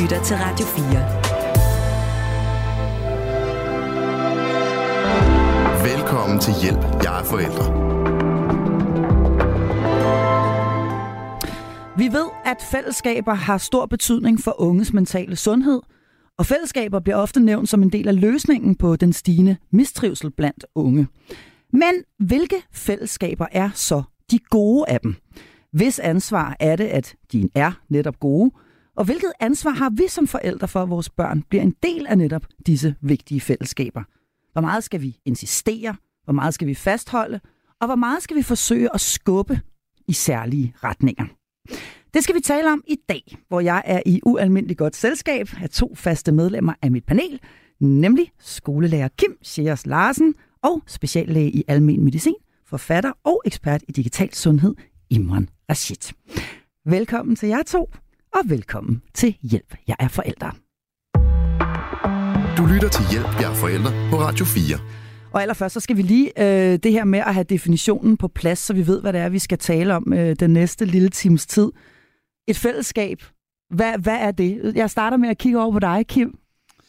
lytter til Radio 4. Velkommen til Hjælp, jeg er forældre. Vi ved, at fællesskaber har stor betydning for unges mentale sundhed, og fællesskaber bliver ofte nævnt som en del af løsningen på den stigende mistrivsel blandt unge. Men hvilke fællesskaber er så de gode af dem? Hvis ansvar er det, at de er netop gode? Og hvilket ansvar har vi som forældre for, at vores børn bliver en del af netop disse vigtige fællesskaber? Hvor meget skal vi insistere? Hvor meget skal vi fastholde? Og hvor meget skal vi forsøge at skubbe i særlige retninger? Det skal vi tale om i dag, hvor jeg er i ualmindeligt godt selskab af 2 faste medlemmer af mit panel, nemlig skolelærer Kim Schiers Larsen og speciallæge i almen medicin, forfatter og ekspert i digital sundhed, Imran Rashid. Velkommen til jer 2, og velkommen til Hjælp, jeg er forældre. Du lytter til Hjælp, jeg er forældre på Radio 4. Og allerførst så skal vi lige det her med at have definitionen på plads, så vi ved, hvad det er, vi skal tale om den næste lille times tid. Et fællesskab. Hvad er det? Jeg starter med at kigge over på dig, Kim.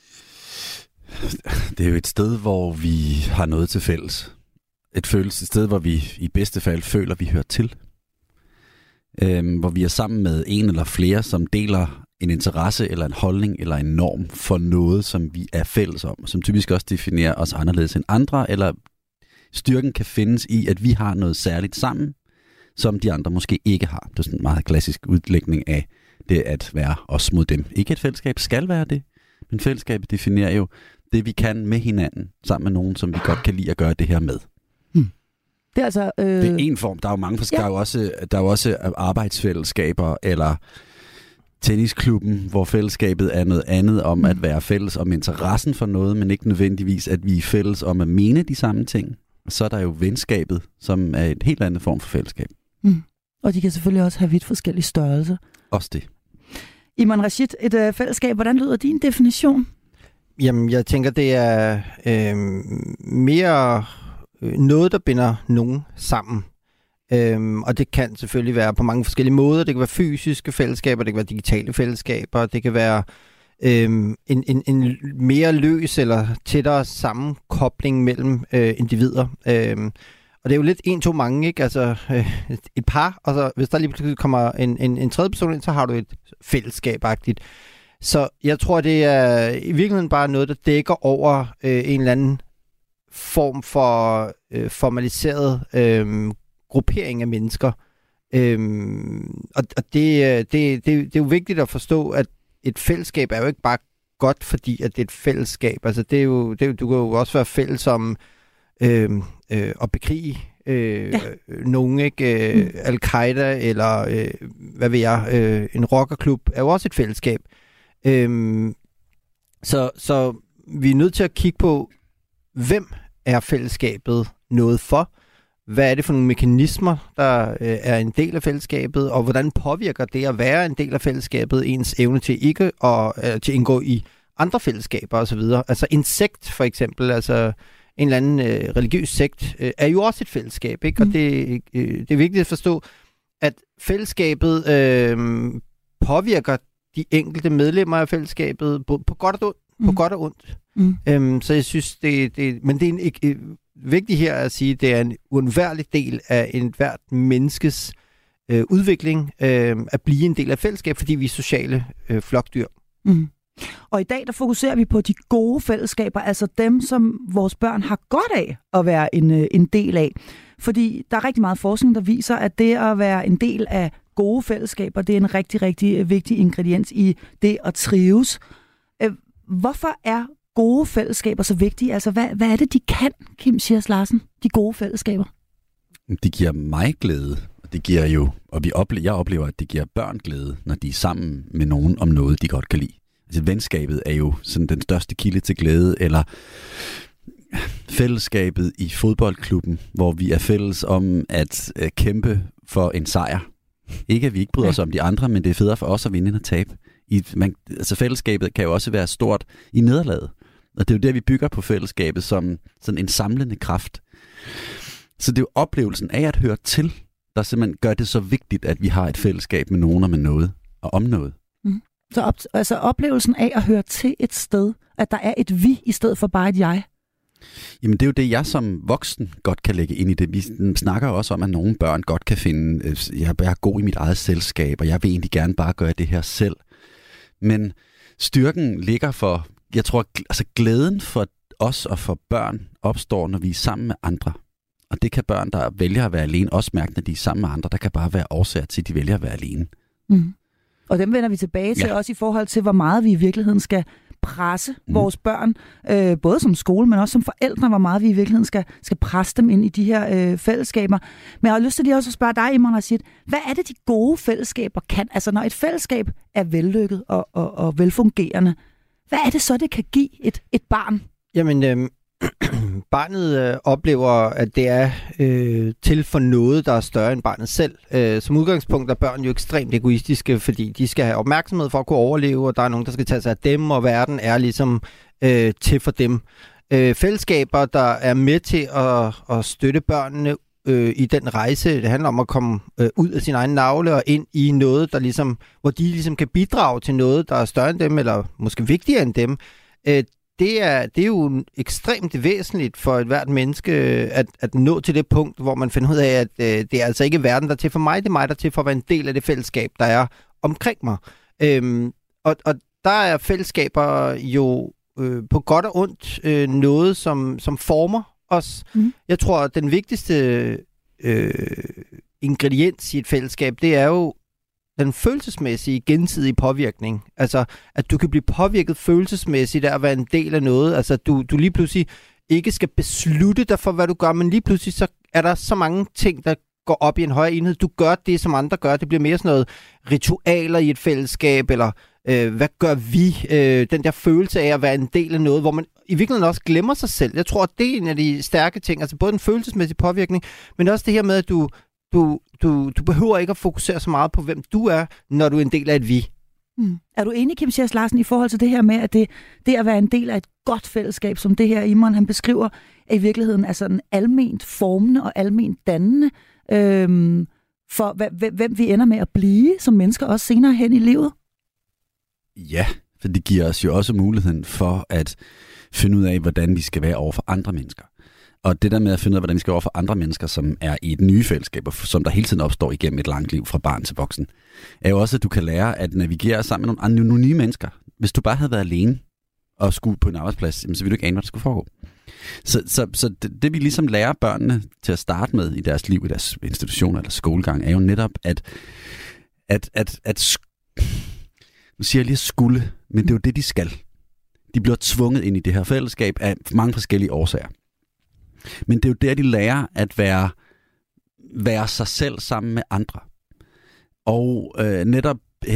Det er jo et sted, hvor vi har noget til fælles. Et sted, hvor vi i bedste fald føler, vi hører til. Hvor vi er sammen med en eller flere, som deler en interesse eller en holdning eller en norm for noget, som vi er fælles om, som typisk også definerer os anderledes end andre, eller styrken kan findes i, at vi har noget særligt sammen, som de andre måske ikke har. Det er sådan en meget klassisk udlægning af det at være os mod dem. Ikke et fællesskab skal være det, men fællesskabet definerer jo det, vi kan med hinanden, sammen med nogen, som vi godt kan lide at gøre det her med. Det er altså... Det er en form. Der er jo mange forskellige. Der er jo også arbejdsfællesskaber, eller tennisklubben, hvor fællesskabet er noget andet om at være fælles om interessen for noget, men ikke nødvendigvis, at vi er fælles om at mene de samme ting. Og så er der jo venskabet, som er et helt andet form for fællesskab. Og de kan selvfølgelig også have vidt forskellige størrelser. Også det. Imran Rashid, et fællesskab, hvordan lyder din definition? Jamen, jeg tænker, det er mere noget, der binder nogen sammen. Og det kan selvfølgelig være på mange forskellige måder. Det kan være fysiske fællesskaber, det kan være digitale fællesskaber, det kan være en mere løs eller tættere sammenkobling mellem individer. Og det er jo lidt en, to, mange, ikke? Altså et par, og så hvis der lige pludselig kommer en tredje person ind, så har du et fællesskab-agtigt. Så jeg tror, det er i virkeligheden bare noget, der dækker over en eller anden form for formaliseret gruppering af mennesker. Og det er jo vigtigt at forstå, at et fællesskab er jo ikke bare godt, fordi at det er et fællesskab. Altså du kan jo også være fælles om at bekrige nogen, ikke? Al-Qaida eller hvad ved jeg, en rockerklub er jo også et fællesskab. Så vi er nødt til at kigge på, hvem er fællesskabet noget for? Hvad er det for nogle mekanismer, der er en del af fællesskabet, og hvordan påvirker det at være en del af fællesskabet ens evne til ikke til at indgå i andre fællesskaber osv.? Altså en sekt for eksempel, altså en eller anden religiøs sekt, er jo også et fællesskab, ikke? Og det er vigtigt at forstå, at fællesskabet påvirker de enkelte medlemmer af fællesskabet på godt og ondt. På godt og ondt. Så jeg synes, men det er vigtigt her at sige, at det er en uundværlig del af hvert menneskes udvikling at blive en del af fællesskab, fordi vi er sociale flokdyr. Og i dag der fokuserer vi på de gode fællesskaber, altså dem, som vores børn har godt af at være en del af. Fordi der er rigtig meget forskning, der viser, at det at være en del af gode fællesskaber, det er en rigtig, rigtig vigtig ingrediens i det at trives. Hvorfor er gode fællesskaber så vigtige? Altså, hvad er det, de kan, Kim Schiers Larsen, de gode fællesskaber? De giver mig glæde, og det giver jo, og jeg oplever, at det giver børn glæde, når de er sammen med nogen om noget, de godt kan lide. Altså, venskabet er jo sådan den største kilde til glæde, eller fællesskabet i fodboldklubben, hvor vi er fælles om at kæmpe for en sejr. Ikke at vi ikke bryder os om de andre, men det er federe for os at vinde end at tabe. Altså fællesskabet kan jo også være stort i nederlaget. Og det er jo der, vi bygger på fællesskabet som sådan en samlende kraft. Så det er jo oplevelsen af at høre til, der simpelthen gør det så vigtigt, at vi har et fællesskab med nogen og med noget og om noget. Så oplevelsen af at høre til et sted, at der er et vi i stedet for bare et jeg. Jamen det er jo det, jeg som voksen godt kan lægge ind i det. Vi snakker også om, at nogle børn godt kan finde, jeg er god i mit eget selskab, og jeg vil egentlig gerne bare gøre det her selv. Men styrken ligger for, jeg tror, altså glæden for os og for børn opstår, når vi er sammen med andre. Og det kan børn, der vælger at være alene, også mærke, når de er sammen med andre. Der kan bare være årsager til, at de vælger at være alene. Mm. Og dem vender vi tilbage til, også i forhold til, hvor meget vi i virkeligheden skal presse vores børn, både som skole, men også som forældre, hvor meget vi i virkeligheden skal presse dem ind i de her fællesskaber. Men jeg har lyst til lige også at spørge dig, Imran Rashid, hvad er det, de gode fællesskaber kan? Altså når et fællesskab er vellykket og velfungerende, hvad er det så, det kan give et barn? Jamen, barnet oplever, at det er til for noget, der er større end barnet selv. Som udgangspunkt er børn jo ekstremt egoistiske, fordi de skal have opmærksomhed for at kunne overleve, og der er nogen, der skal tage sig af dem, og verden er ligesom til for dem. Fællesskaber, der er med til at støtte børnene i den rejse, det handler om at komme ud af sin egen navle og ind i noget, der ligesom, hvor de ligesom kan bidrage til noget, der er større end dem, eller måske vigtigere end dem. Det er jo ekstremt væsentligt for et hvert menneske at nå til det punkt, hvor man finder ud af, at det er altså ikke verden, der er til for mig, det er mig, der er til for at være en del af det fællesskab, der er omkring mig. Og der er fællesskaber jo på godt og ondt noget, som former os. Mm. Jeg tror, at den vigtigste ingrediens i et fællesskab, det er jo den følelsesmæssige gensidige påvirkning. Altså, at du kan blive påvirket følelsesmæssigt af at være en del af noget. Altså, du lige pludselig ikke skal beslutte dig for, hvad du gør, men lige pludselig så er der så mange ting, der går op i en højere enhed. Du gør det, som andre gør. Det bliver mere sådan noget ritualer i et fællesskab, eller hvad gør vi? Den der følelse af at være en del af noget, hvor man i virkeligheden også glemmer sig selv. Jeg tror, at det er en af de stærke ting. Altså, både den følelsesmæssige påvirkning, men også det her med, at du behøver ikke at fokusere så meget på, hvem du er, når du er en del af et vi. Mm. Er du enig, Kim Schiers Larsen, i forhold til det her med, at det at være en del af et godt fællesskab, som det her Imran han beskriver, er i virkeligheden altså en alment formende og alment dannende for hvem vi ender med at blive som mennesker også senere hen i livet? Ja, for det giver os jo også muligheden for at finde ud af, hvordan vi skal være over for andre mennesker. Og det der med at finde ud af, hvordan vi skal over for andre mennesker, som er i et nye fællesskab, som der hele tiden opstår igennem et langt liv fra barn til voksen, er jo også, at du kan lære at navigere sammen med nogle nye mennesker. Hvis du bare havde været alene og skulle på en arbejdsplads, så ville du ikke ane, hvad der skulle foregå. Så det vi ligesom lærer børnene til at starte med i deres liv, i deres institutioner eller skolegang, er jo netop, at nu siger jeg lige skulle, men det er jo det, de skal. De bliver tvunget ind i det her fællesskab af mange forskellige årsager. Men det er jo der, de lærer at være sig selv sammen med andre. Og netop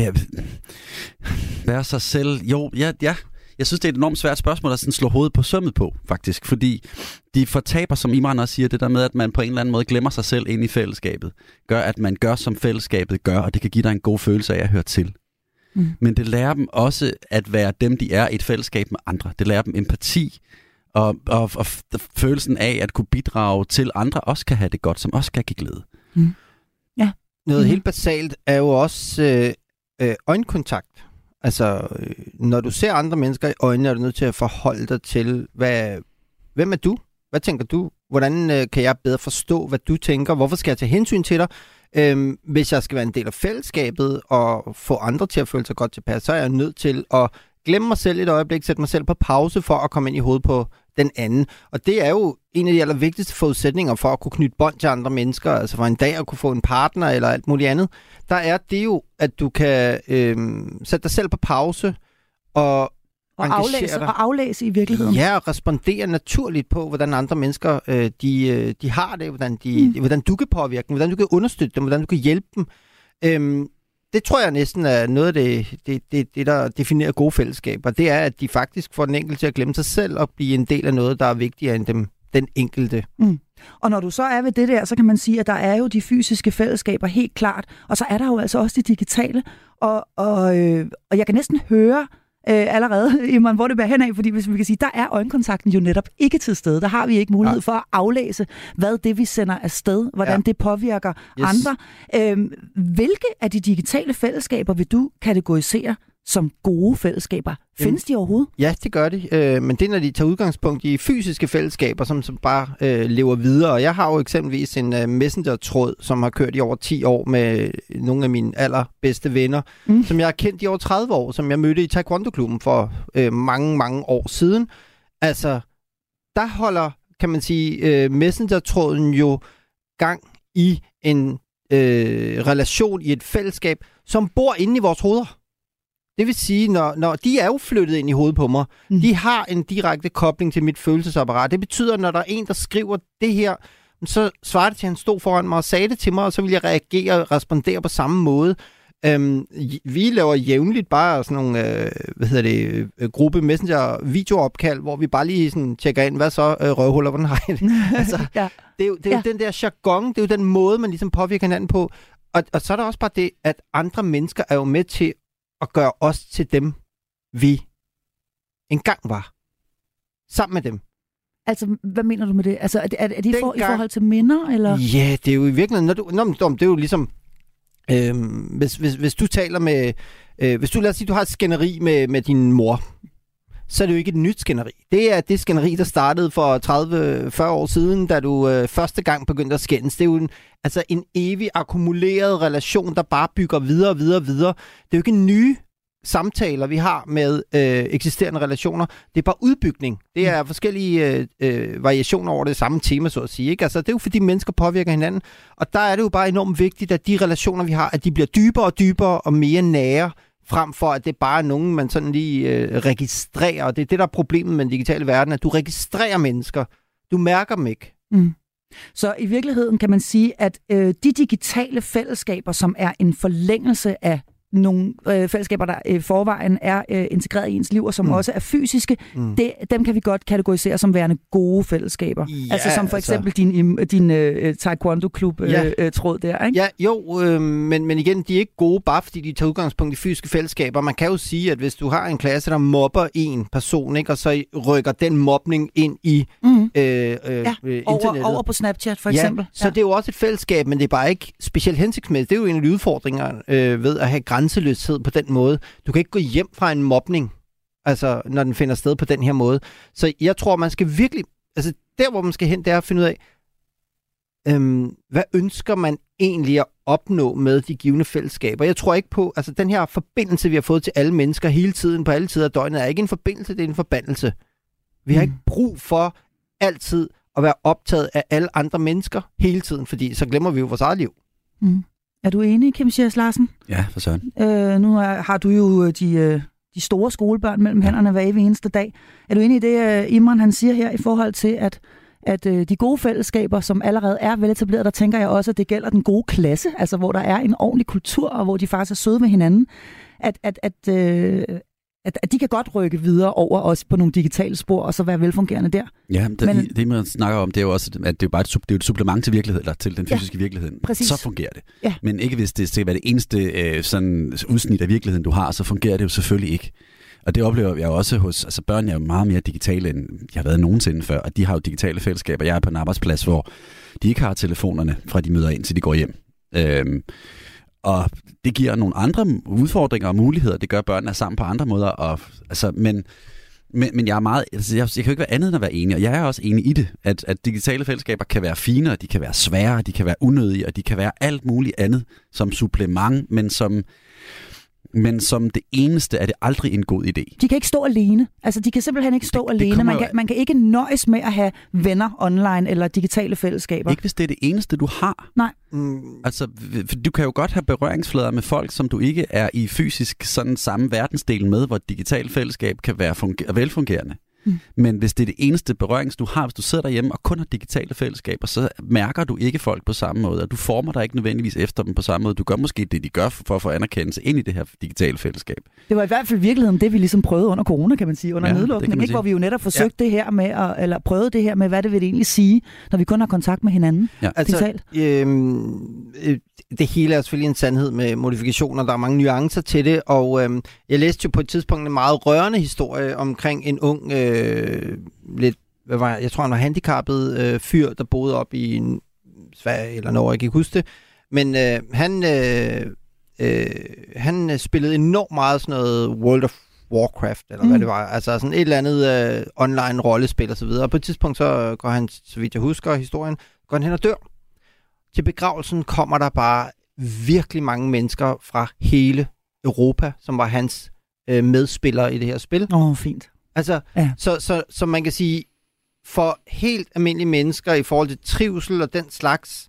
være sig selv. Jo, ja. Jeg synes, det er et enormt svært spørgsmål at sådan slå hovedet på sømmet på, faktisk. Fordi de fortaber, som Imran også siger, det der med, at man på en eller anden måde glemmer sig selv ind i fællesskabet. Gør, at man gør, som fællesskabet gør, og det kan give dig en god følelse af at høre til. Mm. Men det lærer dem også at være dem, de er i et fællesskab med andre. Det lærer dem empati, og følelsen af at kunne bidrage til andre også kan have det godt, som også kan give glæde. Mm. Ja. Noget helt basalt er jo også øjenkontakt. Altså, når du ser andre mennesker i øjnene, er du nødt til at forholde dig til, hvem er du? Hvad tænker du? Hvordan kan jeg bedre forstå, hvad du tænker? Hvorfor skal jeg tage hensyn til dig? Hvis jeg skal være en del af fællesskabet og få andre til at føle sig godt tilpas, så er jeg nødt til at glemme mig selv et øjeblik, sætte mig selv på pause for at komme ind i hovedet på den anden. Og det er jo en af de allervigtigste forudsætninger for at kunne knytte bånd til andre mennesker, altså for en dag at kunne få en partner eller alt muligt andet. Der er det jo, at du kan sætte dig selv på pause og aflæse i virkeligheden. Ja, og respondere naturligt på, hvordan andre mennesker de har det, hvordan du kan påvirke dem, hvordan du kan understøtte dem, hvordan du kan hjælpe dem. Det tror jeg næsten er noget af det, der definerer gode fællesskaber. Det er, at de faktisk får den enkelte til at glemme sig selv og blive en del af noget, der er vigtigere end den enkelte. Mm. Og når du så er ved det der, så kan man sige, at der er jo de fysiske fællesskaber helt klart, og så er der jo altså også de digitale. Og jeg kan næsten høre allerede, Imran, hvor det bærer henad, fordi hvis vi kan sige, der er øjenkontakten jo netop ikke til stede. Der har vi ikke mulighed for at aflæse, hvad det vi sender afsted, hvordan det påvirker andre. Hvilke af de digitale fællesskaber vil du kategorisere som gode fællesskaber? Findes de overhovedet? Ja, det gør de. Men det er, når de tager udgangspunkt i fysiske fællesskaber, som bare lever videre. Og jeg har jo eksempelvis en messenger-tråd, som har kørt i over 10 år med nogle af mine allerbedste venner, som jeg har kendt i over 30 år, som jeg mødte i Taekwondo-klubben for mange, mange år siden. Altså, der holder, kan man sige, messenger-tråden jo gang i en relation, i et fællesskab, som bor inde i vores hoveder. Det vil sige, når de er jo flyttet ind i hovedet på mig, de har en direkte kobling til mit følelsesapparat. Det betyder, når der er en, der skriver det her, så svarer det til, at han stod foran mig og sagde det til mig, og så vil jeg reagere og respondere på samme måde. Vi laver jævnligt bare sådan nogle, gruppe messenger-videoopkald, hvor vi bare lige sådan tjekker ind, hvad så, røvhuller, hvordan har jeg det? Altså, ja. Det er jo den der jargon, det er jo den måde, man ligesom påvirker hinanden på. Og så er der også bare det, at andre mennesker er jo med til at gøre os til dem, vi engang var. Sammen med dem. Altså, hvad mener du med det? Altså, er det i forhold til minder, eller? Ja, det er jo i virkeligheden, det er jo ligesom, hvis du taler med, hvis du lad os sige, du har et skænderi med din mor, så er det jo ikke et nyt skænderi. Det er det skænderi, der startede for 30-40 år siden, da du første gang begyndte at skændes. Det er jo en evig akkumuleret relation, der bare bygger videre og videre og videre. Det er jo ikke nye samtaler, vi har med eksisterende relationer. Det er bare udbygning. Det er forskellige variationer over det samme tema, så at sige. Ikke? Altså, det er jo fordi mennesker påvirker hinanden. Og der er det jo bare enormt vigtigt, at de relationer, vi har, at de bliver dybere og dybere og mere nære, frem for at det bare er nogen, man sådan lige registrerer. Og det er det, der er problemet med den digitale verden, at du registrerer mennesker. Du mærker dem ikke. Så i virkeligheden kan man sige, at de digitale fællesskaber, som er en forlængelse af nogle fællesskaber, der i forvejen er integreret i ens liv, og som også er fysiske, dem kan vi godt kategorisere som værende gode fællesskaber. Ja, altså som for eksempel din Taekwondo-klub-tråd der, ikke? Ja, jo, men igen, de er ikke gode, bare fordi de tager udgangspunkt i fysiske fællesskaber. Man kan jo sige, at hvis du har en klasse, der mobber en person, ikke, og så rykker den mobning ind i internettet. Over på Snapchat for eksempel. Så det er jo også et fællesskab, men det er bare ikke specielt hensigtsmæssigt. Det er jo en af de udfordringer ved at have grænseløshed på den måde. Du kan ikke gå hjem fra en mobning, altså når den finder sted på den her måde. Så jeg tror, man skal virkelig, altså der hvor man skal hen, det er at finde ud af, hvad ønsker man egentlig at opnå med de givne fællesskaber. Jeg tror ikke på, altså den her forbindelse, vi har fået til alle mennesker hele tiden, på alle tider af døgnet, er ikke en forbindelse, det er en forbandelse. Vi har ikke brug for altid at være optaget af alle andre mennesker hele tiden, fordi så glemmer vi jo vores eget liv. Er du enig, Kim Schiers Larsen? Ja, for søren. Nu har du jo de store skolebørn mellem hænderne hver evig eneste dag. Er du enig i det, Imran han siger her, i forhold til, at de gode fællesskaber, som allerede er veletableret, der tænker jeg også, at det gælder den gode klasse, altså hvor der er en ordentlig kultur, og hvor de faktisk er søde med hinanden, at de kan godt rykke videre over os på nogle digitale spor, og så være velfungerende der. Ja, det man snakker om, det er jo også, at det er bare et supplement til virkeligheden, eller til den fysiske virkelighed. Præcis. Så fungerer det. Ja. Men ikke hvis det skal være det eneste sådan udsnit af virkeligheden, du har, så fungerer det jo selvfølgelig ikke. Og det oplever jeg også hos, altså børn er jo meget mere digitale, end jeg har været nogensinde før, og de har jo digitale fællesskaber. Jeg er på en arbejdsplads, hvor de ikke har telefonerne, fra de møder ind, til de går hjem. Og det giver nogle andre udfordringer og muligheder. Det gør børnene er sammen på andre måder. Og, altså, men jeg er meget, altså, jeg kan jo ikke være andet end at være enig, og jeg er også enig i det, at digitale fællesskaber kan være fine, de kan være svære, de kan være unødige, og de kan være alt muligt andet som supplement, men som det eneste er det aldrig en god idé. De kan ikke stå alene. Altså, de kan simpelthen ikke stå alene. Man kan ikke nøjes med at have venner online eller digitale fællesskaber. Ikke hvis det er det eneste, du har. Nej. Altså, du kan jo godt have berøringsflader med folk, som du ikke er i fysisk sådan samme verdensdel med, hvor digitalt fællesskab kan være velfungerende. Men hvis det er det eneste berørings, du har, hvis du sidder derhjemme og kun har digitale fællesskaber, så mærker du ikke folk på samme måde, og du former dig ikke nødvendigvis efter dem på samme måde. Du gør måske det, de gør for at få anerkendelse ind i det her digitale fællesskab. Det var i hvert fald virkeligheden det, vi ligesom prøvede under corona, kan man sige, under nedlukning, ikke? Hvor vi jo netop forsøgte det her med, eller prøvede det her med, hvad det vil egentlig sige, når vi kun har kontakt med hinanden digitalt. Det hele er selvfølgelig en sandhed med modifikationer. Der er mange nuancer til det, og jeg læste jo på et tidspunkt en meget rørende historie omkring en ung, jeg tror han var handicappet fyr, der boede op i Sverige eller Norge, jeg kan ikke huske det. Men han spillede enormt meget sådan noget World of Warcraft, eller hvad det var. Altså sådan et eller andet online rollespil og så videre. Og på et tidspunkt, så går han, så vidt jeg husker historien, går han hen og dør. Til begravelsen kommer der bare virkelig mange mennesker fra hele Europa, som var hans medspillere i det her spil. Fint. Altså, ja. Så man kan sige, for helt almindelige mennesker i forhold til trivsel og den slags,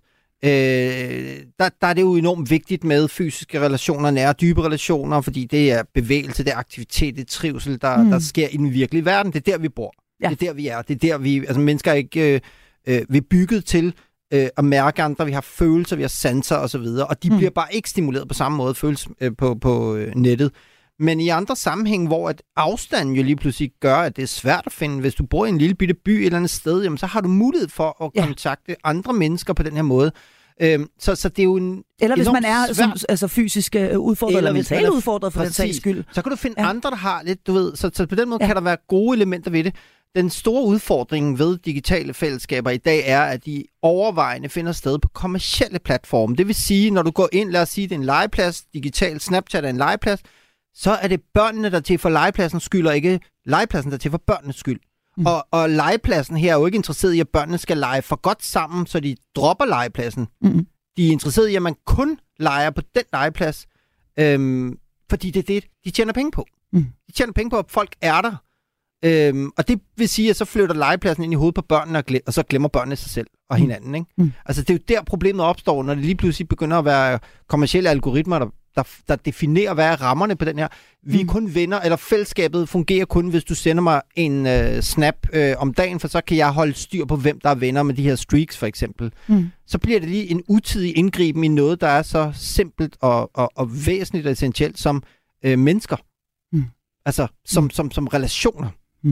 der er det jo enormt vigtigt med fysiske relationer, nære, dybe relationer, fordi det er bevægelse, det er aktivitet, det er trivsel, der sker i den virkelige verden. Det er der, vi bor. Ja. Det er der, vi er. Det er der, vi... Altså, mennesker er ikke... vi er bygget til at mærke andre, vi har følelser, vi har sanser osv., og de bliver bare ikke stimuleret på samme måde på nettet. Men i andre sammenhæng, hvor at afstanden jo lige pludselig gør, at det er svært at finde, hvis du bor i en lille bitte by et eller andet sted, jamen, så har du mulighed for at kontakte andre mennesker på den her måde. Så det er jo en... Eller hvis man er fysisk udfordret, eller mentalt udfordret for den sags skyld. Så kan du finde andre, der har lidt, du ved, så på den måde kan der være gode elementer ved det. Den store udfordring ved digitale fællesskaber i dag er, at de overvejende finder sted på kommercielle platforme. Det vil sige, når du går ind, lad os sige, det er en legeplads, digital Snapchat er en legeplads, så er det børnene, der er til for legepladsens skyld, og ikke legepladsen, der er til for børnenes skyld. Og legepladsen her er jo ikke interesseret i, at børnene skal lege for godt sammen, så de dropper legepladsen. De er interesseret i, at man kun leger på den legeplads, fordi det er det, de tjener penge på. De tjener penge på, at folk er der. Og det vil sige, at så flytter legepladsen ind i hovedet på børnene, og så glemmer børnene sig selv og hinanden. Ikke? Altså det er jo der, problemet opstår, når det lige pludselig begynder at være kommercielle algoritmer, der definerer, hvad er rammerne på den her. Vi er kun venner, eller fællesskabet fungerer kun, hvis du sender mig en snap om dagen, for så kan jeg holde styr på, hvem der er venner med de her streaks, for eksempel. Så bliver det lige en utidig indgriben i noget, der er så simpelt og væsentligt og essentielt som mennesker. Altså, som relationer.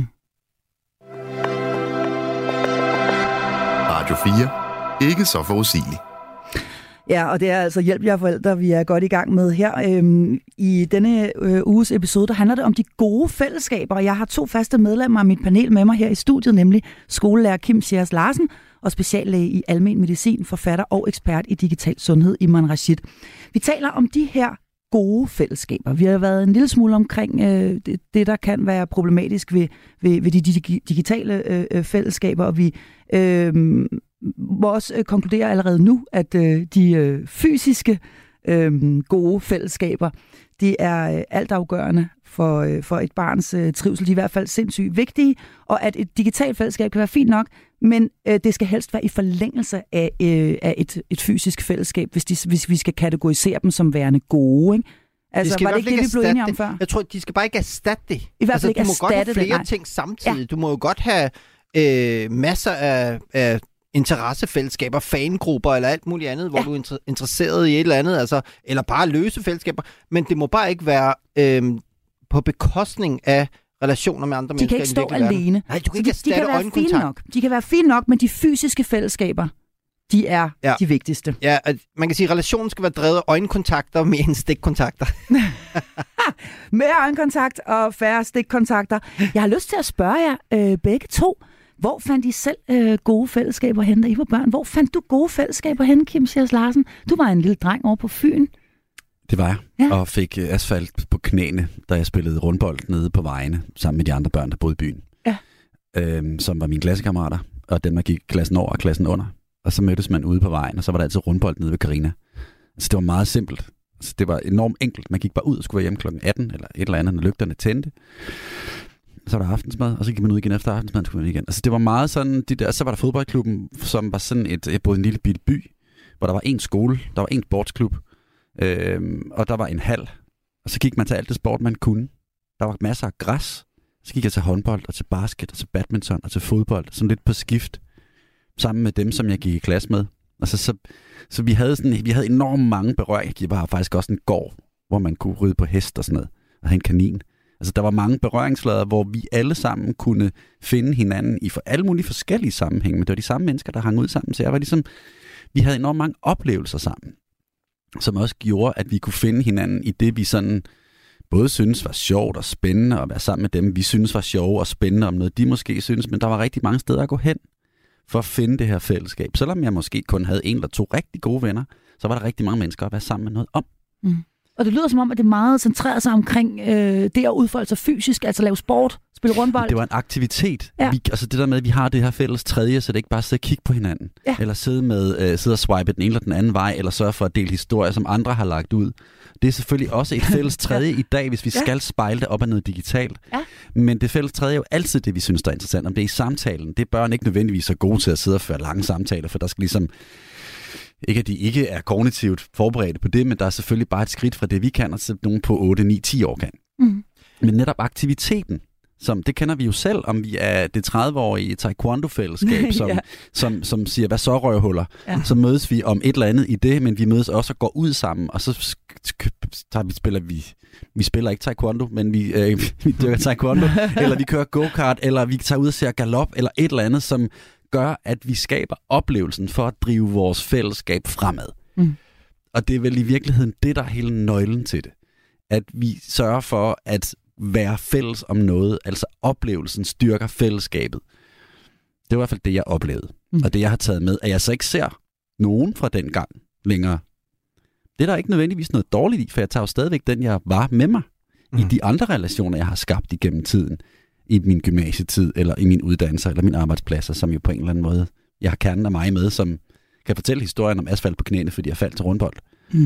Radio 4. Ikke så forudsigeligt. Ja, og det er altså Hjælp jer forældre, vi er godt i gang med her. I denne uges episode, der handler det om de gode fællesskaber, og jeg har 2 faste medlemmer af mit panel med mig her i studiet, nemlig skolelærer Kim Scherers Larsen og speciallæge i almen medicin, forfatter og ekspert i digital sundhed, Iman Rashid. Vi taler om de her gode fællesskaber. Vi har været en lille smule omkring det, der kan være problematisk ved de digitale fællesskaber, og vi må også konkludere allerede nu, at de fysiske gode fællesskaber, det er altafgørende for et barns trivsel. De er i hvert fald sindssygt vigtige, og at et digitalt fællesskab kan være fint nok, men det skal helst være i forlængelse af et fysisk fællesskab, hvis vi skal kategorisere dem som værende gode, ikke? Altså, var det ikke det, vi blev enige om før? Jeg tror, de skal bare ikke erstatte det. I hvert fald ikke erstatte det. Du må godt have flere ting samtidig. Ja. Du må jo godt have masser af interessefællesskaber, fangrupper eller alt muligt andet, hvor du er interesseret i et eller andet, altså, eller bare løse fællesskaber, men det må bare ikke være på bekostning af relationer med andre mennesker. De kan ikke stå alene. Nej, du kan ikke erstatte øjenkontakt. De kan være fine nok, men de fysiske fællesskaber, de er de vigtigste. Ja, man kan sige, at relationen skal være drevet af øjenkontakter mere end stikkontakter. Mere øjenkontakt og færre stikkontakter. Jeg har lyst til at spørge jer begge to, hvor fandt I selv gode fællesskaber hen, da I var børn? Hvor fandt du gode fællesskaber hen, Kim Scherers Larsen? Du var en lille dreng over på Fyn. Det var jeg, og fik asfalt på knæene, da jeg spillede rundbold nede på vejene, sammen med de andre børn, der boede i byen. Ja. Som var mine klassekammerater, og dem, der gik klassen over og klassen under. Og så mødtes man ude på vejen, og så var der altid rundbold nede ved Carina. Så det var meget simpelt. Altså, det var enormt enkelt. Man gik bare ud og skulle være hjemme klokken 18, eller et eller andet, når lygterne tændte. Så var der aftensmad, og så gik man ud igen efter aftensmad, og skulle man igen. Altså det var meget sådan, så var der fodboldklubben, som var sådan jeg boede i en lille bitte by, hvor der var en skole, der var en sportsklub, og der var en hal. Og så gik man til alt det sport, man kunne. Der var masser af græs. Så gik jeg til håndbold, og til basket, og til badminton, og til fodbold, sådan lidt på skift, sammen med dem, som jeg gik i klasse med. Altså, så vi havde enormt mange berøringer. Der var faktisk også en gård, hvor man kunne ride på hest og sådan noget, og have en kanin. Altså, der var mange berøringsflader, hvor vi alle sammen kunne finde hinanden i alle mulige forskellige sammenhænge, men det var de samme mennesker, der hang ud sammen. Så jeg var ligesom, vi havde enormt mange oplevelser sammen, som også gjorde, at vi kunne finde hinanden i det, vi sådan både synes var sjovt og spændende at være sammen med dem. Vi synes var sjovt og spændende om noget, de måske synes, men der var rigtig mange steder at gå hen for at finde det her fællesskab. Selvom jeg måske kun havde 1 eller 2 rigtig gode venner, så var der rigtig mange mennesker at være sammen med noget om. Og det lyder som om, at det meget centrerer sig omkring det at udfolde sig fysisk, altså lave sport, spille rundbold. Det var en aktivitet. Ja. Altså det der med, at vi har det her fælles tredje, så det ikke bare sidde og kigge på hinanden. Ja. Eller sidde og swipe den ene eller den anden vej, eller sørge for at dele historier, som andre har lagt ud. Det er selvfølgelig også et fælles tredje i dag, hvis vi skal spejle det op af noget digitalt. Ja. Men det fælles tredje er jo altid det, vi synes, der er interessant. Om det er i samtalen. Det er børn ikke nødvendigvis så gode til at sidde og føre lange samtaler, for der skal ligesom... Ikke at de ikke er kognitivt forberedte på det, men der er selvfølgelig bare et skridt fra det, vi kan, og så nogen på 8, 9, 10 år kan. Mm. Men netop aktiviteten, det kender vi jo selv, om vi er det 30-årige taekwondo-fællesskab, som siger, hvad så røvhuller? Ja. Så mødes vi om et eller andet i det, men vi mødes også og går ud sammen, og så vi spiller ikke taekwondo, men vi dyrker taekwondo, eller vi kører go-kart, eller vi tager ud og ser galop, eller et eller andet, som gør, at vi skaber oplevelsen for at drive vores fællesskab fremad. Mm. Og det er vel i virkeligheden det, der er hele nøglen til det. At vi sørger for at være fælles om noget, altså oplevelsen styrker fællesskabet. Det var i hvert fald det, jeg oplevede. Mm. Og det, jeg har taget med, at jeg så ikke ser nogen fra den gang længere. Det er der ikke nødvendigvis noget dårligt i, for jeg tager jo stadigvæk den, jeg var med mig i de andre relationer, jeg har skabt igennem tiden. I min gymnasietid, eller i min uddannelse, eller mine arbejdspladser, som jo på en eller anden måde, jeg har kernen af mig med, som kan fortælle historien om asfalt på knæene, fordi jeg faldt til rundbold. Mm.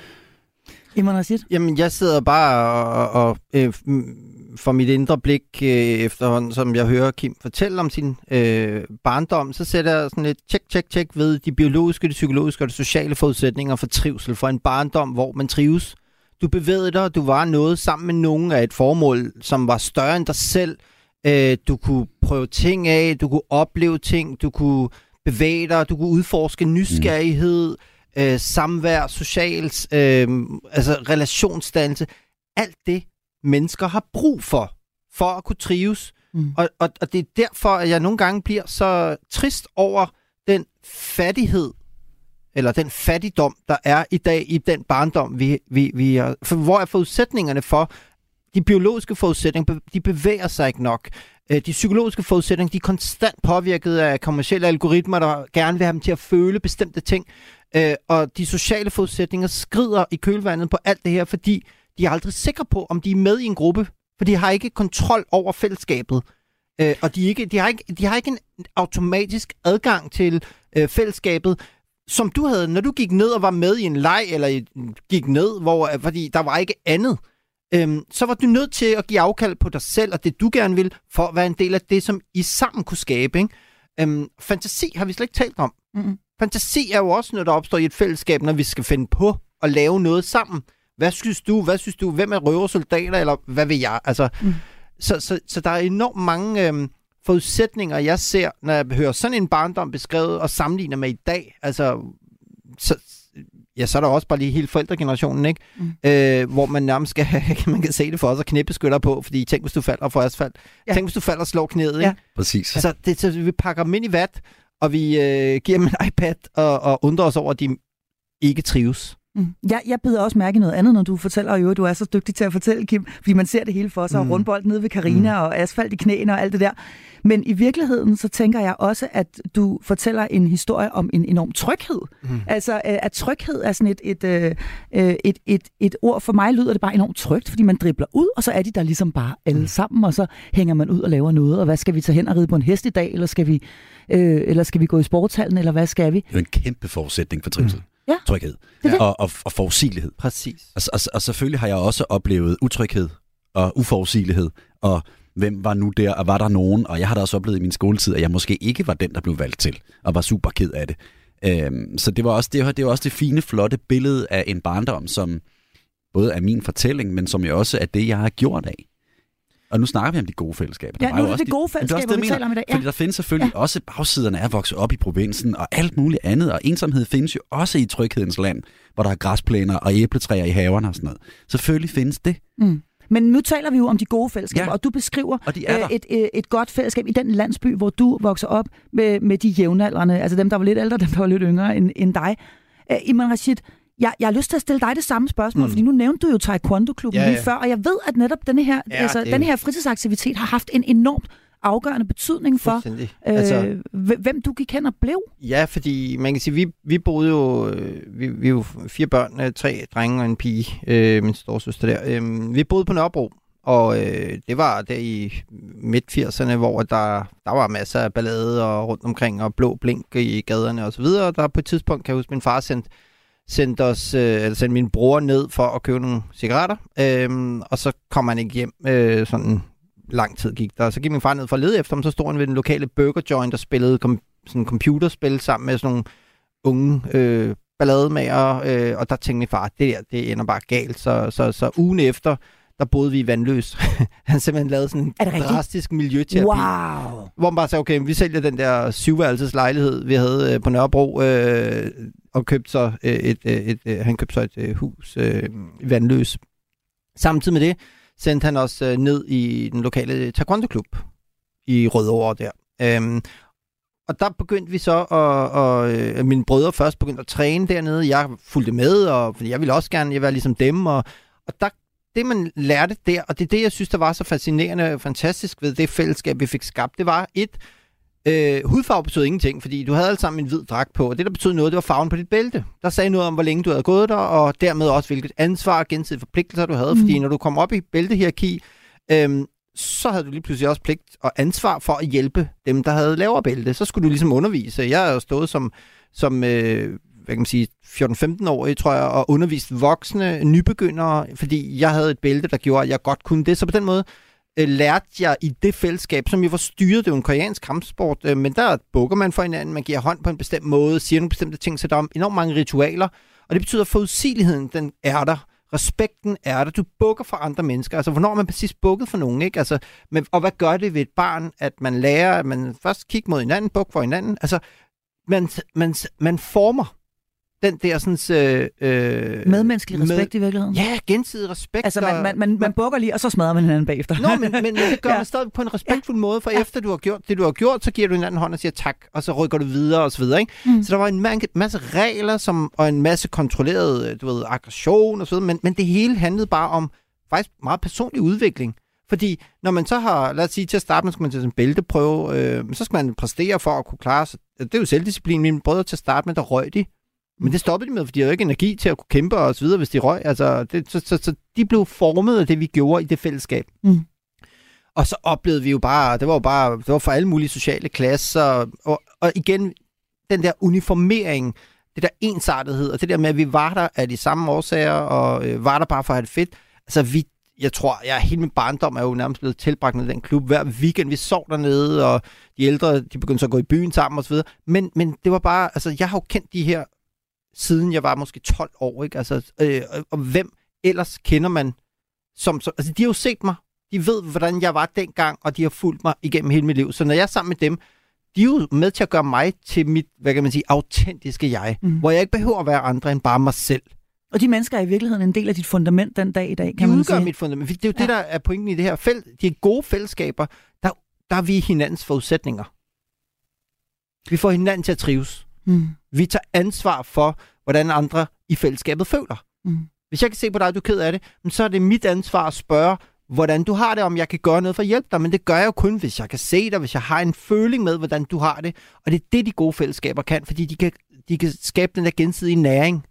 Jamen, jeg sidder bare og for mit indre blik efterhånden, som jeg hører Kim fortælle om sin barndom, så sætter jeg sådan et tjek ved de biologiske, de psykologiske og de sociale forudsætninger for trivsel, for en barndom, hvor man trives. Du bevægede dig, du var noget sammen med nogen af et formål, som var større end dig selv. Du kunne prøve ting af, du kunne opleve ting, du kunne bevæge dig, du kunne udforske nysgerrighed, samvær, socialt, altså relationsdannelse. Alt det, mennesker har brug for at kunne trives. Mm. Og det er derfor, at jeg nogle gange bliver så trist over den fattighed, eller den fattigdom, der er i dag i den barndom, vi har. For hvor er forudsætningerne for, de biologiske forudsætninger, de bevæger sig ikke nok. De psykologiske forudsætninger, de er konstant påvirket af kommercielle algoritmer, der gerne vil have dem til at føle bestemte ting. Og de sociale forudsætninger skrider i kølvandet på alt det her, fordi de er aldrig sikre på, om de er med i en gruppe, for de har ikke kontrol over fællesskabet. Og de har ikke en automatisk adgang til fællesskabet, som du havde, når du gik ned og var med i en leg, eller gik ned, fordi der var ikke andet, så var du nødt til at give afkald på dig selv, og det du gerne vil, for at være en del af det, som I sammen kunne skabe. Ikke? Fantasi har vi slet ikke talt om. Mm-hmm. Fantasi er jo også noget, der opstår i et fællesskab, når vi skal finde på at lave noget sammen. Hvad synes du? Hvem er røversoldater, eller hvad vil jeg? Altså, så der er enormt mange forudsætninger, jeg ser, når jeg hører sådan en barndom beskrevet og sammenligner med i dag. Altså, så er der også bare lige hele forældregenerationen, ikke? Mm. Hvor man nærmest man kan se det for os og knæbeskytter på, fordi tænk, hvis du falder for asfalt. Ja. Tænk, hvis du falder og slår knæet, ikke? Ja. Præcis. Så vi pakker dem ind i vat, og vi giver dem en iPad og undrer os over, at de ikke trives. Mm. Jeg bider også mærke i noget andet, når du fortæller, jo, du er så dygtig til at fortælle, Kim, fordi man ser det hele for sig, og rundbold nede ved Carina, og asfalt i knæene og alt det der. Men i virkeligheden, så tænker jeg også, at du fortæller en historie om en enorm tryghed. Mm. Altså, at tryghed er sådan et ord. For mig lyder det bare enormt trygt, fordi man dribler ud, og så er de der ligesom bare alle sammen, og så hænger man ud og laver noget. Og hvad skal vi tage hen og ride på en hest i dag, eller skal vi gå i sportshallen, eller hvad skal vi? Det er en kæmpe forudsætning for trivsel. Ja. Tryghed. Ja. Og forudsigelighed. Præcis. Og selvfølgelig har jeg også oplevet utryghed og uforudsigelighed, og hvem var nu der, og var der nogen? Og jeg har da også oplevet i min skoletid, at jeg måske ikke var den, der blev valgt til, og var super ked af det. Så det var også det fine, flotte billede af en barndom, som både er min fortælling, men som jo også er det, jeg har gjort af. Og nu snakker vi om de gode fællesskaber. Ja, nu er det gode fællesskaber, vi taler om i dag. Ja. Fordi der findes selvfølgelig også bagsiderne af at vokse op i provinsen, og alt muligt andet. Og ensomhed findes jo også i tryghedens land, hvor der er græsplæner og æbletræer i haverne og sådan noget. Selvfølgelig findes det. Mm. Men nu taler vi jo om de gode fællesskaber, og du beskriver et godt fællesskab i den landsby, hvor du vokser op med de jævnaldrende, altså dem, der var lidt ældre, dem, der var lidt yngre end dig. Iman Rashid, jeg har lyst til at stille dig det samme spørgsmål, fordi nu nævnte du jo Taekwondo-klubben lige før, og jeg ved, at netop denne her fritidsaktivitet har haft en enormt afgørende betydning for, hvem du gik hen og blev. Ja, fordi man kan sige, vi boede jo, vi er jo 4 børn, 3 drenge og en pige, min storesøster der. Vi boede på Nørrebro, og det var der i midt-80'erne, hvor der var masser af ballade og rundt omkring, og blå blink i gaderne og så videre. Der på et tidspunkt, kan jeg huske, min far sendte min bror ned for at købe nogle cigaretter, og så kom han ikke hjem, sådan lang tid gik der. Så gik min far ned for at lede efter ham, så stod han ved den lokale burger joint og spillede sådan computerspil sammen med sådan nogle unge ballademager, og der tænkte min far, det ender bare galt. Så ugen efter, der boede vi i Vandløs. Han simpelthen lavede sådan en drastisk miljøterapi. Wow. Hvor man bare sagde, okay, vi sælger den der 7-værelses lejlighed, vi havde på Nørrebro, og købte så han købte så et hus i Vandløs. Samtidig med det sendte han os ned i den lokale taekwondo-klub i Rødovre der. Og der begyndte vi så, og mine brødre først begyndte at træne dernede. Jeg fulgte med, fordi jeg ville også gerne være ligesom dem. Og der, det, man lærte der, og det er det, jeg synes, der var så fascinerende og fantastisk ved det fællesskab, vi fik skabt, det var hudfarve betød ingenting, fordi du havde alle sammen en hvid dragt på, og det, der betød noget, det var farven på dit bælte. Der sagde noget om, hvor længe du havde gået der, og dermed også, hvilket ansvar og gensidige forpligtelser du havde, fordi når du kom op i bæltehierarki, så havde du lige pludselig også pligt og ansvar for at hjælpe dem, der havde lavere bælte. Så skulle du ligesom undervise. Jeg har jo stået som hvad kan man sige, 14-15-årige, tror jeg, og undervist voksne nybegyndere, fordi jeg havde et bælte, der gjorde, at jeg godt kunne det. Så på den måde lærte jeg i det fællesskab, som jo var styret, det er jo en koreansk kampsport, men der bukker man for hinanden, man giver hånd på en bestemt måde, siger nogle bestemte ting, så der er enormt mange ritualer, og det betyder, at forudsigeligheden, den er der. Respekten er der. Du bukker for andre mennesker. Altså, hvornår er man præcis bukket for nogen, ikke? Altså, og hvad gør det ved et barn, at man lærer, at man først kigger mod hinanden, bukker for hinanden? Altså, man former den der sådan... medmenneskelig respekt i virkeligheden. Ja, gensidig respekt. Altså, man bukker lige, og så smadrer man hinanden bagefter. Nå, men det gør man stadig på en respektfuld måde, for efter du har gjort det, du har gjort, så giver du hinanden hånd og siger tak, og så rykker du videre, og så videre, ikke? Så der var en masse regler, og en masse kontrolleret, aggression, og så videre, men det hele handlede bare om faktisk meget personlig udvikling. Fordi når man så har, lad os sige, til at starte, man skal man til en bælteprøve, så skal man præstere for at kunne klare sig. Det er jo selvdisciplin. Mine brødre til at starte med, der røg de. Men det stoppede de med, fordi de havde ikke energi til at kunne kæmpe og så videre, hvis de røg. Altså, så de blev formet af det, vi gjorde i det fællesskab. Og så oplevede vi jo bare, det var for alle mulige sociale klasser. Og igen, den der uniformering, det der ensartethed, og det der med, at vi var der af de samme årsager, og var der bare for at have det fedt. Altså, jeg tror, hele min barndom er jo nærmest blevet tilbragt med den klub. Hver weekend, vi sov dernede, og de ældre, de begyndte så at gå i byen sammen og så videre. Men det var bare, altså, jeg har jo kendt de her, siden jeg var måske 12 år, ikke? Altså, og hvem ellers kender man altså, de har jo set mig. De ved, hvordan jeg var dengang, og de har fulgt mig igennem hele mit liv. Så når jeg er sammen med dem, de er jo med til at gøre mig til mit, hvad kan man sige, autentiske jeg, hvor jeg ikke behøver at være andre end bare mig selv. Og de mennesker er i virkeligheden en del af dit fundament den dag i dag, kan man sige. De udgør mit fundament. Det er jo det, der er pointen i det her felt. De gode fællesskaber, der er vi hinandens forudsætninger. Vi får hinanden til at trives. Vi tager ansvar for, hvordan andre i fællesskabet føler. Hvis jeg kan se på dig, at du er ked af det, så er det mit ansvar at spørge, hvordan du har det, om jeg kan gøre noget for at hjælpe dig. Men det gør jeg jo kun, hvis jeg kan se dig, hvis jeg har en føling med, hvordan du har det. Og det er det, de gode fællesskaber kan, fordi de kan skabe den der gensidige næring.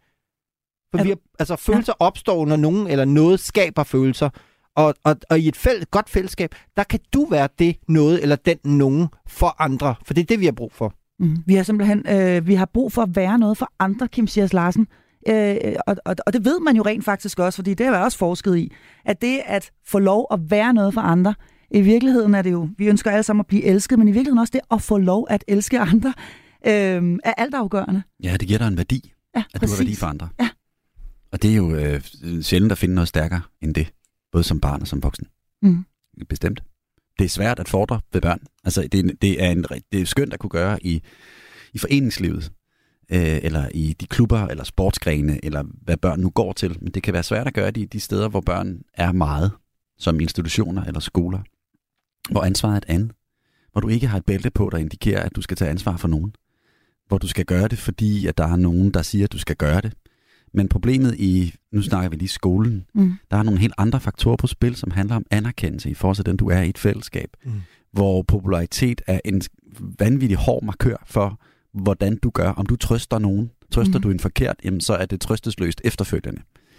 For følelser opstår, når nogen eller noget skaber følelser. Og i et godt fællesskab, der kan du være det noget eller den nogen for andre. For det er det, vi har brug for. Vi har simpelthen vi har brug for at være noget for andre, Kim Schiers Larsen. Og det ved man jo rent faktisk også, fordi det har jeg også forsket i, at det at få lov at være noget for andre, i virkeligheden er det jo, vi ønsker alle sammen at blive elsket, men i virkeligheden også det at få lov at elske andre, er altafgørende. Ja, det giver dig en værdi, ja, at du har værdi for andre. Ja. Og det er jo sjældent at finde noget stærkere end det, både som barn og som voksen. Bestemt. Det er svært at fordre ved børn. Altså, det er skønt at kunne gøre i foreningslivet, eller i de klubber, eller sportsgrene, eller hvad børn nu går til. Men det kan være svært at gøre det i de steder, hvor børn er meget, som institutioner eller skoler, hvor ansvaret er et andet. Hvor du ikke har et bælte på, der indikerer, at du skal tage ansvar for nogen. Hvor du skal gøre det, fordi at der er nogen, der siger, at du skal gøre det. Men problemet nu snakker vi lige skolen, der er nogle helt andre faktorer på spil, som handler om anerkendelse i forhold til den, du er i et fællesskab. Hvor popularitet er en vanvittig hård markør for, hvordan du gør. Om du trøster nogen, trøster du en forkert, jamen så er det trøstesløst efterfølgende.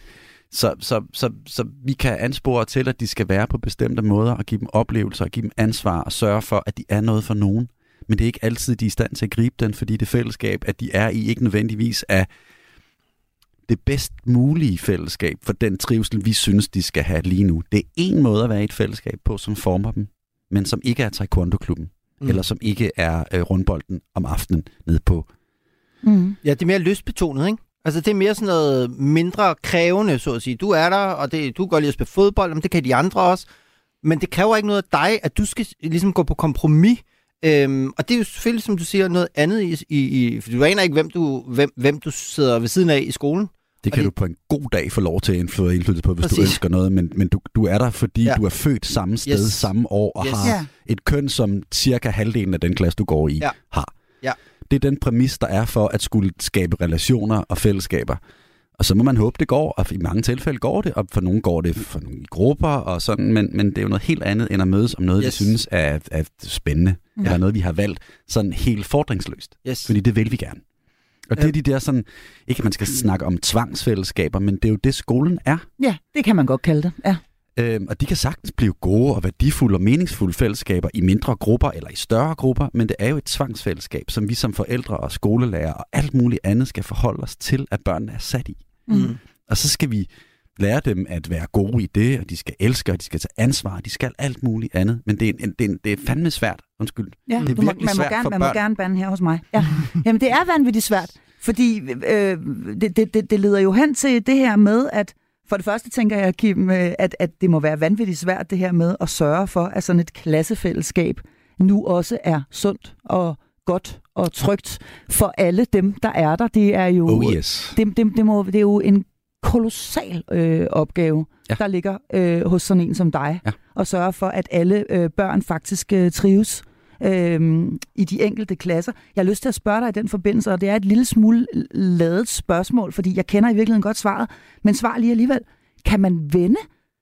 Så vi kan anspore til, at de skal være på bestemte måder, og give dem oplevelser, og give dem ansvar, og sørge for, at de er noget for nogen. Men det er ikke altid, de er i stand til at gribe den, fordi det fællesskab, at de er i, ikke nødvendigvis er det bedst mulige fællesskab for den trivsel, vi synes, de skal have lige nu. Det er en måde at være i et fællesskab på, som former dem, men som ikke er taekwondo-klubben, eller som ikke er rundbolden om aftenen nede på. Ja, det er mere lystbetonet, ikke? Altså, det er mere sådan noget mindre krævende, så at sige. Du er der, og du går lige at spille fodbold, men det kan de andre også. Men det kræver ikke noget af dig, at du skal ligesom gå på kompromis. Og det er jo selvfølgelig, som du siger, noget andet for du aner ikke, hvem du sidder ved siden af i skolen. Det kan du på en god dag få lov til at indføre indflydelse på, hvis du ønsker noget, men du er der, fordi du er født samme sted, samme år, og har et køn, som cirka halvdelen af den klasse, du går i, har. Ja. Det er den præmis, der er for at skulle skabe relationer og fællesskaber. Og så må man håbe, det går, og i mange tilfælde går det, og for nogle går det for nogle i grupper og sådan, men det er jo noget helt andet end at mødes om noget, vi synes er spændende, eller noget, vi har valgt sådan helt fordringsløst, fordi det vil vi gerne. Og det er de der sådan, ikke at man skal snakke om tvangsfællesskaber, men det er jo det, skolen er. Ja, det kan man godt kalde det, ja. Og de kan sagtens blive gode og værdifulde og meningsfulde fællesskaber i mindre grupper eller i større grupper, men det er jo et tvangsfællesskab, som vi som forældre og skolelærer og alt muligt andet skal forholde os til, at børnene er sat i. Og så skal vi lære dem at være gode i det, og de skal elske, og de skal tage ansvar, og de skal alt muligt andet. Men det er fandme svært. Undskyld. Ja, det er virkelig svært for børn. Man må gerne bande her hos mig. Ja. Jamen, det er vanvittigt svært, fordi det leder jo hen til det her med, at for det første tænker jeg, Kim, at det må være vanvittigt svært, det her med at sørge for, at sådan et klassefællesskab nu også er sundt og godt og trygt for alle dem, der er der. Det er jo, det er jo en kolossal opgave, der ligger hos sådan en som dig, at sørge for, at alle børn faktisk trives i de enkelte klasser. Jeg har lyst til at spørge dig i den forbindelse, og det er et lille smule ladet spørgsmål, fordi jeg kender i virkeligheden godt svaret, men svar lige alligevel. Kan man vende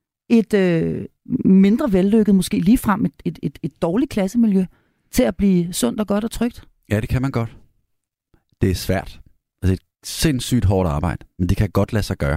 et mindre vellykket, måske ligefrem et dårligt klassemiljø, til at blive sundt og godt og trygt? Ja, det kan man godt. Det er svært. Altså et sindssygt hårdt arbejde, men det kan godt lade sig gøre.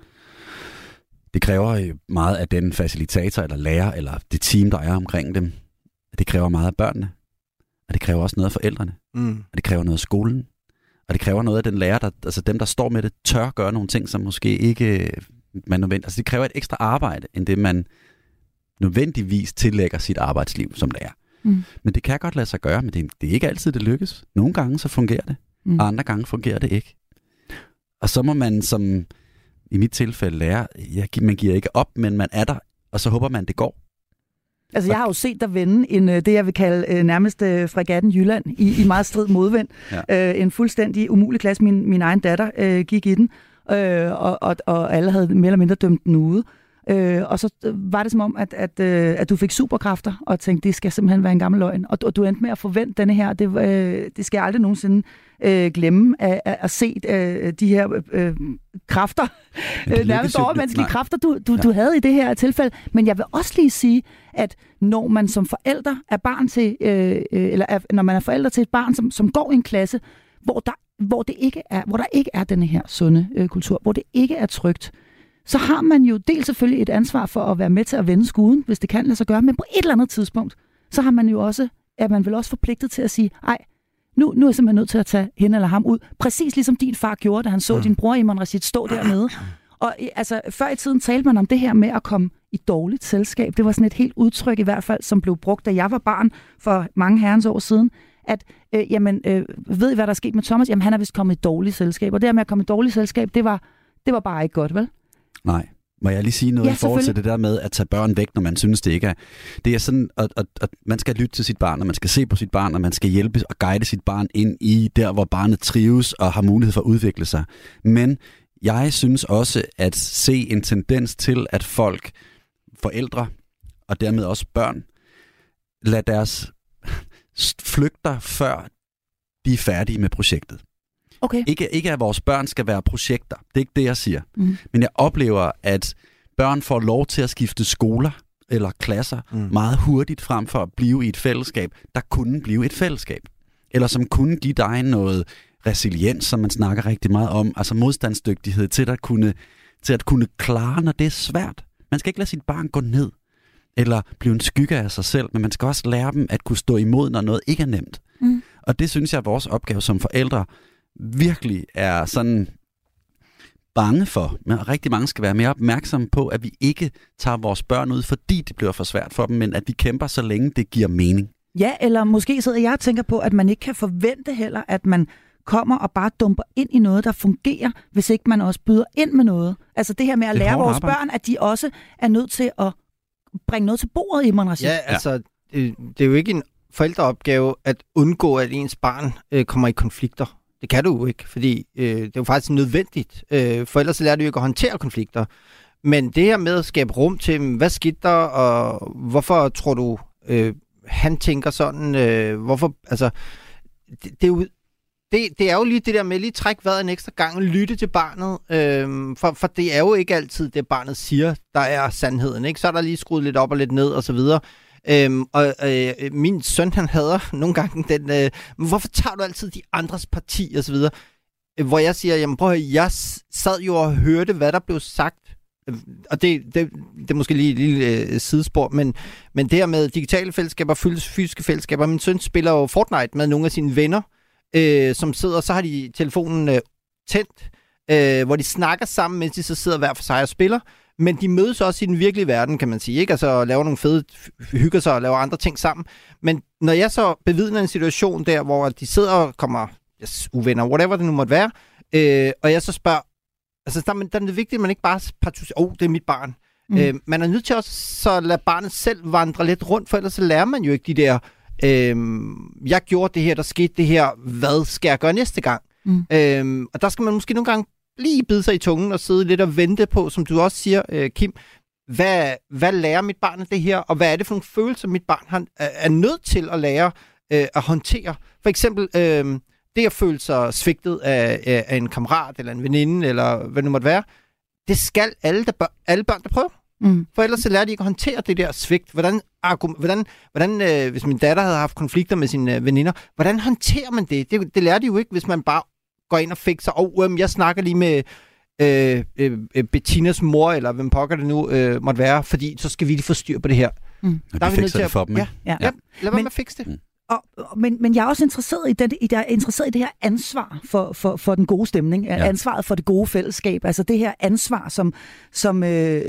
Det kræver meget af den facilitator eller lærer, eller det team, der er omkring dem. Det kræver meget af børnene, og det kræver også noget af forældrene, og det kræver noget af skolen, og det kræver noget af den lærer, altså dem, der står med det, tør gøre nogle ting, som måske ikke man nødvendigt. Altså det kræver et ekstra arbejde, end det man nødvendigvis tillægger sit arbejdsliv som lærer. Men det kan godt lade sig gøre, men det er ikke altid, det lykkes. Nogle gange så fungerer det, og andre gange fungerer det ikke. Og så må man som, i mit tilfælde, lære, man giver ikke op, men man er der, og så håber man, det går. Altså, jeg har jo set dig vende det, jeg vil kalde nærmest fregatten Jylland i meget strid modvind. Ja. En fuldstændig umulig klasse. Min egen datter gik i den, og alle havde mere eller mindre dømt den ude. Og så var det som om, at du fik superkræfter, og tænkte, det skal simpelthen være en gammel løgn. Og du endte med at forvente denne her. Det skal jeg aldrig nogensinde glemme at se de her kræfter, nærmest overmenneskelige kræfter, du havde i det her tilfælde. Men jeg vil også lige sige, at når man som forælder er barn til, når man er forælder til et barn, som går i en klasse, hvor der ikke er denne her sunde kultur, hvor det ikke er trygt, så har man jo dels selvfølgelig et ansvar for at være med til at vende skuden, hvis det kan lade sig gøre, men på et eller andet tidspunkt, så har man jo også, er man vel også forpligtet til at sige, ej, nu er jeg simpelthen nødt til at tage hende eller ham ud, præcis ligesom din far gjorde, da han så din bror Imran Rashid stå dernede. Og altså, før i tiden talte man om det her med at komme i dårligt selskab. Det var sådan et helt udtryk i hvert fald, som blev brugt, da jeg var barn for mange herrens år siden, at ved I, hvad der er sket med Thomas? Jamen, han er vist kommet i dårligt selskab, og det her med at komme i dårligt selskab, det var bare ikke godt, vel? Nej. Må jeg lige sige noget i forhold til det der med at tage børn væk, når man synes, det ikke er? Det er sådan, at man skal lytte til sit barn, og man skal se på sit barn, og man skal hjælpe og guide sit barn ind i der, hvor barnet trives og har mulighed for at udvikle sig. Men jeg synes også at se en tendens til, at folk, forældre og dermed også børn, lader deres flygter, før de er færdige med projektet. Okay. Ikke at vores børn skal være projekter. Det er ikke det, jeg siger. Men jeg oplever, at børn får lov til at skifte skoler eller klasser meget hurtigt frem for at blive i et fællesskab, der kunne blive et fællesskab. Eller som kunne give dig noget resiliens, som man snakker rigtig meget om, altså modstandsdygtighed til at kunne klare, når det er svært. Man skal ikke lade sit barn gå ned, eller blive en skygge af sig selv, men man skal også lære dem at kunne stå imod, når noget ikke er nemt. Og det synes jeg, at vores opgave som forældre virkelig er sådan bange for. Men rigtig mange skal være mere opmærksomme på, at vi ikke tager vores børn ud, fordi det bliver for svært for dem, men at vi kæmper, så længe det giver mening. Ja, eller måske sidder jeg og tænker på, at man ikke kan forvente heller, at man kommer og bare dumper ind i noget, der fungerer, hvis ikke man også byder ind med noget. Altså det her med at lære vores børn, at de også er nødt til at bringe noget til bordet i Monrachy. Ja, altså det er jo ikke en forældreopgave at undgå, at ens barn kommer i konflikter. Det kan du jo ikke, fordi det er jo faktisk nødvendigt. For ellers lærer du jo ikke at håndtere konflikter. Men det her med at skabe rum til, hvad skete der, og hvorfor tror du, han tænker sådan, hvorfor, altså, det er jo lige det der med lige trække vejret en ekstra gang og lytte til barnet, for det er jo ikke altid det, barnet siger, der er sandheden, ikke? Så er der lige skruet lidt op og lidt ned og så videre. Min søn, han hader nogle gange den, hvorfor tager du altid de andres parti og så videre? Hvor jeg siger, jamen prøv at høre, jeg sad jo og hørte, hvad der blev sagt. Og det er måske lige et lille sidespor, men det her med digitale fællesskaber, fysiske fællesskaber. Min søn spiller jo Fortnite med nogle af sine venner, som sidder, så har de telefonen tændt, hvor de snakker sammen, mens de så sidder hver for sig og spiller. Men de mødes også i den virkelige verden, kan man sige, ikke? Altså laver nogle fede, hygger sig og laver andre ting sammen. Men når jeg så bevidner en situation der, hvor de sidder og kommer uvenner, whatever det nu måtte være, og jeg så spørger, altså der er det vigtigt, at man ikke bare partout, det er mit barn. Man er nødt til også så lade barnet selv vandre lidt rundt, for ellers så lærer man jo ikke de der, jeg gjorde det her, der skete det her, hvad skal jeg gøre næste gang? Og der skal man måske nogle gange lige bide sig i tungen og sidde lidt og vente på, som du også siger, Kim, hvad lærer mit barn af det her, og hvad er det for nogle følelser, mit barn er nødt til at lære at håndtere? For eksempel det at føle sig svigtet af en kammerat, eller en veninde, eller hvad det nu måtte være, det skal alle børn, der prøver. For ellers så lærer de ikke at håndtere det der svigt. Hvordan hvis min datter havde haft konflikter med sine veninder, hvordan håndterer man det? Det lærer de jo ikke, hvis man bare går ind og fikser, jeg snakker lige med Bettinas mor, eller hvem pokker det nu måtte være, fordi så skal vi lige få styr på det her. Der er vi nødt til at for dem, ja. Lad være med at fikse det. Men jeg er også interesseret i det her ansvar for den gode stemning, ansvaret for det gode fællesskab, altså det her ansvar, som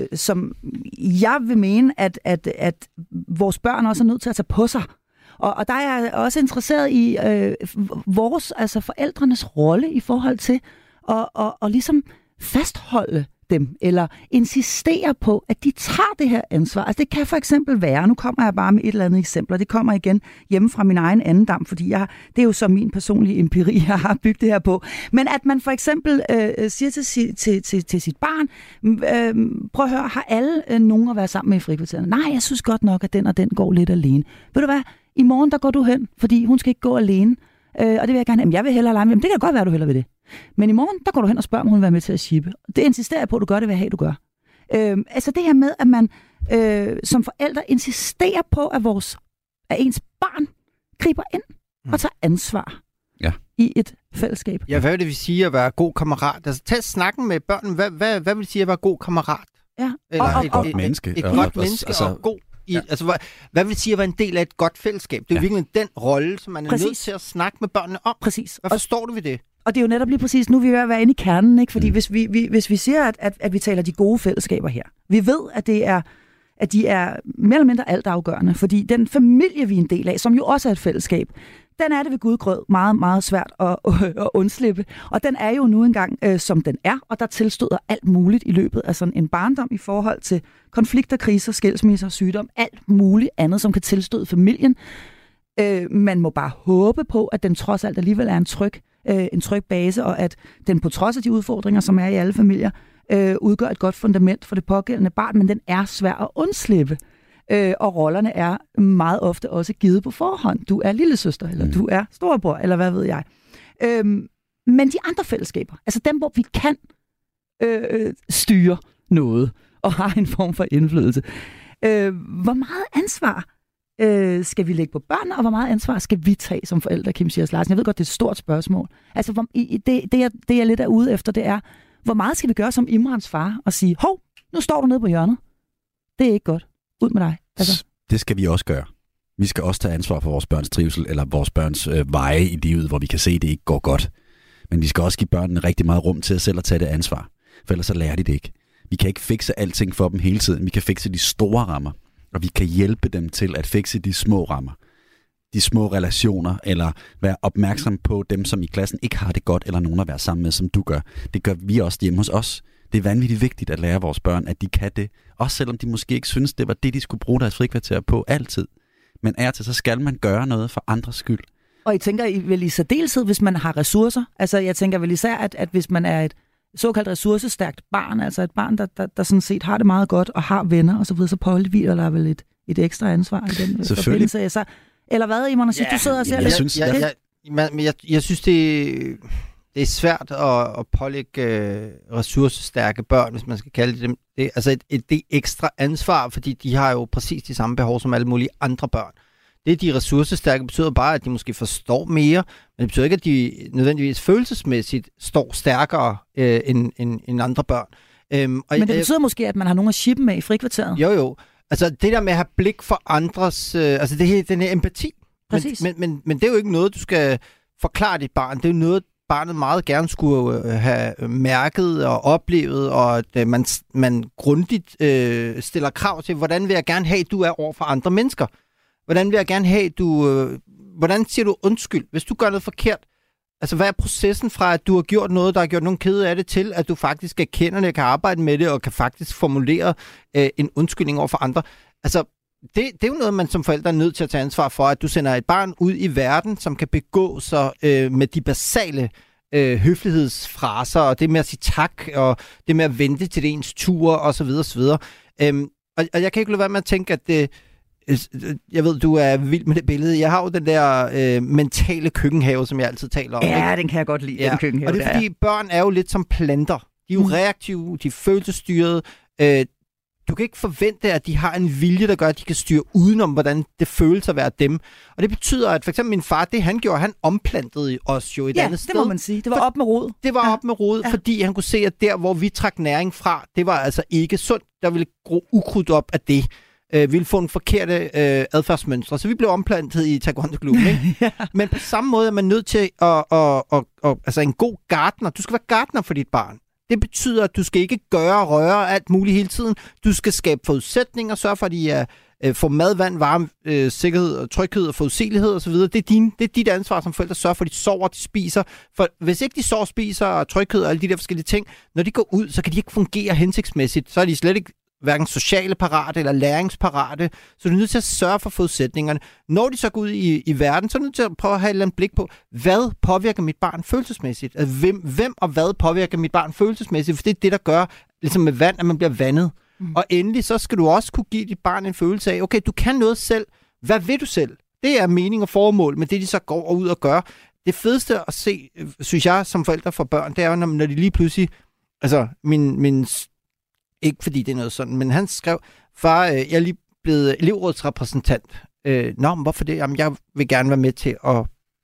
jeg vil mene, at vores børn også er nødt til at tage på sig. Og der er jeg også interesseret i altså forældrenes rolle i forhold til at ligesom fastholde dem, eller insistere på, at de tager det her ansvar. Altså det kan for eksempel være, nu kommer jeg bare med et eller andet eksempel, og det kommer igen hjemme fra min egen andendam, fordi det er jo så min personlige empiri, jeg har bygget det her på. Men at man for eksempel siger til sit barn, prøv at høre, har alle nogen at være sammen med i frikvartererne? Nej, jeg synes godt nok, at den og den går lidt alene. Ved du hvad? I morgen der går du hen, fordi hun skal ikke gå alene. Og det vil jeg gerne. Jamen, jeg vil hellere lege med. Jamen, det kan godt være, du hellere vil det. Men i morgen, der går du hen og spørger, om hun vil være med til at shippe. Det insisterer jeg på, at du gør det, hvad jeg have, du gør. Altså det her med, at man som forældre insisterer på, at ens barn griber ind og tager ansvar i et fællesskab. Ja, hvad vil det sige at være god kammerat? Altså tag snakken med børnene. Hvad vil det sige at være god kammerat? Ja. Eller et godt menneske. Et godt menneske og god. Hvad vil det sige at være en del af et godt fællesskab? Det er jo virkelig den rolle, som man er nødt til at snakke med børnene om. Præcis. Hvad forstår du ved det? Og det er jo netop lige præcis, nu er vi ved at være inde i kernen, ikke? Fordi hvis vi siger, at vi taler de gode fællesskaber her, vi ved, at de er mere eller mindre altafgørende, fordi den familie, vi er en del af, som jo også er et fællesskab, den er det ved Gud grød meget, meget svært at undslippe. Og den er jo nu engang, som den er, og der tilstøder alt muligt i løbet af sådan en barndom i forhold til konflikter, kriser, skilsmisser, sygdom, alt muligt andet, som kan tilstøde familien. Man må bare håbe på, at den trods alt alligevel er en tryg base, og at den på trods af de udfordringer, som er i alle familier, udgør et godt fundament for det pågældende barn, men den er svær at undslippe. Og rollerne er meget ofte også givet på forhånd. Du er lillesøster, eller du er storebror, eller hvad ved jeg. Men de andre fællesskaber, altså dem, hvor vi kan styre noget og har en form for indflydelse. Hvor meget ansvar skal vi lægge på børnene, og hvor meget ansvar skal vi tage som forældre, Kim Schiers Larsen? Jeg ved godt, det er et stort spørgsmål. Altså, det jeg lidt er ude efter, det er, hvor meget skal vi gøre som Imrans far og sige, hov, nu står du nede på hjørnet. Det er ikke godt. Ud med dig. Altså. Det skal vi også gøre. Vi skal også tage ansvar for vores børns trivsel, eller vores børns veje i livet, hvor vi kan se, at det ikke går godt. Men vi skal også give børnene rigtig meget rum til at selv at tage det ansvar. For ellers så lærer de det ikke. Vi kan ikke fikse alting for dem hele tiden. Vi kan fikse de store rammer. Og vi kan hjælpe dem til at fikse de små rammer. De små relationer, eller være opmærksom på dem, som i klassen ikke har det godt, eller nogen at være sammen med, som du gør. Det gør vi også hjemme hos os. Det er vanvittigt vigtigt at lære vores børn, at de kan det. Også selvom de måske ikke synes, det var det, de skulle bruge deres frikvarter på altid. Men af og til, så skal man gøre noget for andres skyld. Og I tænker vel i særdeleshed, hvis man har ressourcer? Altså jeg tænker vel især, at hvis man er et såkaldt ressourcestærkt barn, altså et barn, der sådan set har det meget godt og har venner og så videre, så påhviler der vel et ekstra ansvar i den forbindelse. Så, eller hvad, Imran? Ja, du sidder og ser lidt... Jeg synes, det er svært at pålægge ressourcestærke børn, hvis man skal kalde dem det. Altså det ekstra ansvar, fordi de har jo præcis de samme behov som alle mulige andre børn. Det, de ressourcestærke, betyder bare, at de måske forstår mere, men det betyder ikke, at de nødvendigvis følelsesmæssigt står stærkere end andre børn. Men det betyder måske, at man har nogen at shippe med i frikvarteret? Jo. Altså det der med at have blik for andres, altså den her empati. Men det er jo ikke noget, du skal forklare dit barn. Det er jo noget, barnet meget gerne skulle have mærket og oplevet, og at man grundigt stiller krav til, hvordan vil jeg gerne have, du er over for andre mennesker. Hvordan vil jeg gerne have, hvordan siger du undskyld, hvis du gør noget forkert? Altså, hvad er processen fra, at du har gjort noget, der har gjort nogen kede af det, til at du faktisk erkender det, kan arbejde med det, og kan faktisk formulere en undskyldning over for andre? Altså, det er jo noget, man som forældre er nødt til at tage ansvar for, at du sender et barn ud i verden, som kan begå sig med de basale høflighedsfraser, og det med at sige tak, og det med at vente til det ens tur, og så videre, og så videre. Og jeg kan ikke lade være med at tænke, at jeg ved, du er vild med det billede. Jeg har jo den der mentale køkkenhave, som jeg altid taler om. Ja, ikke? Den kan jeg godt lide, den køkkenhave. Og det er fordi, børn er jo lidt som planter. De er jo reaktive, de er følelsesstyrede. Du kan ikke forvente, at de har en vilje, der gør, at de kan styre udenom, hvordan det føles at være dem. Og det betyder, at for eksempel min far, det han gjorde, han omplantede os jo et andet sted. Ja, det må man sige. Det var op med rod. Det var op med rod, fordi han kunne se, at der, hvor vi trak næring fra, det var altså ikke sundt. Der ville gro ukrudt op af det. Ville få en forkerte adfærdsmønstre. Så vi blev omplantet i taekwondo-klubben. Ikke? Men på samme måde er man nødt til altså en god gartner. Du skal være gartner for dit barn. Det betyder, at du skal ikke gøre og røre alt muligt hele tiden. Du skal skabe forudsætninger, sørge for, at de får mad, vand, varme, sikkerhed og tryghed og forudsigelighed osv. Det er dit ansvar som forældre at sørge for, at de sover, de spiser. For hvis ikke de sover, spiser og tryghed og alle de der forskellige ting, når de går ud, så kan de ikke fungere hensigtsmæssigt. Så er de slet ikke hverken sociale parate eller læringsparate, så du er nødt til at sørge for forudsætningerne. Når de så går ud i verden, så er du nødt til at prøve at have et eller andet blik på, hvad påvirker mit barn følelsesmæssigt? Altså, hvem og hvad påvirker mit barn følelsesmæssigt? For det er det, der gør, ligesom med vand, at man bliver vandet. Og endelig, så skal du også kunne give dit barn en følelse af, okay, du kan noget selv. Hvad vil du selv? Det er mening og formål med det, de så går ud og gør. Det fedeste at se, synes jeg, som forældre for børn, det er jo, når de lige pludselig, altså min ikke fordi det er noget sådan, men han skrev, far, jeg er lige blevet elevrådsrepræsentant. Nå, men hvorfor det? Jamen, jeg vil gerne være med til at,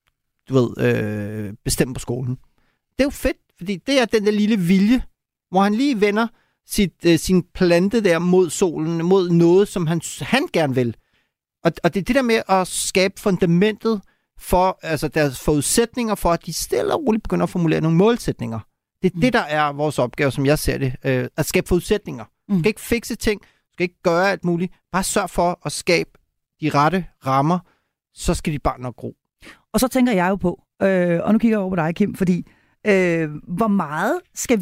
bestemme på skolen. Det er jo fedt, fordi det er den der lille vilje, hvor han lige vender sin plante der mod solen, mod noget, som han gerne vil. Og det er det der med at skabe fundamentet for, altså deres forudsætninger for, at de stille og roligt begynder at formulere nogle målsætninger. Det er det, der er vores opgave, som jeg ser det. At skabe forudsætninger. Du skal ikke fikse ting. Du skal ikke gøre alt muligt. Bare sørg for at skabe de rette rammer. Så skal de bare nok gro. Og så tænker jeg jo på, og nu kigger jeg over på dig, Kim, fordi hvor meget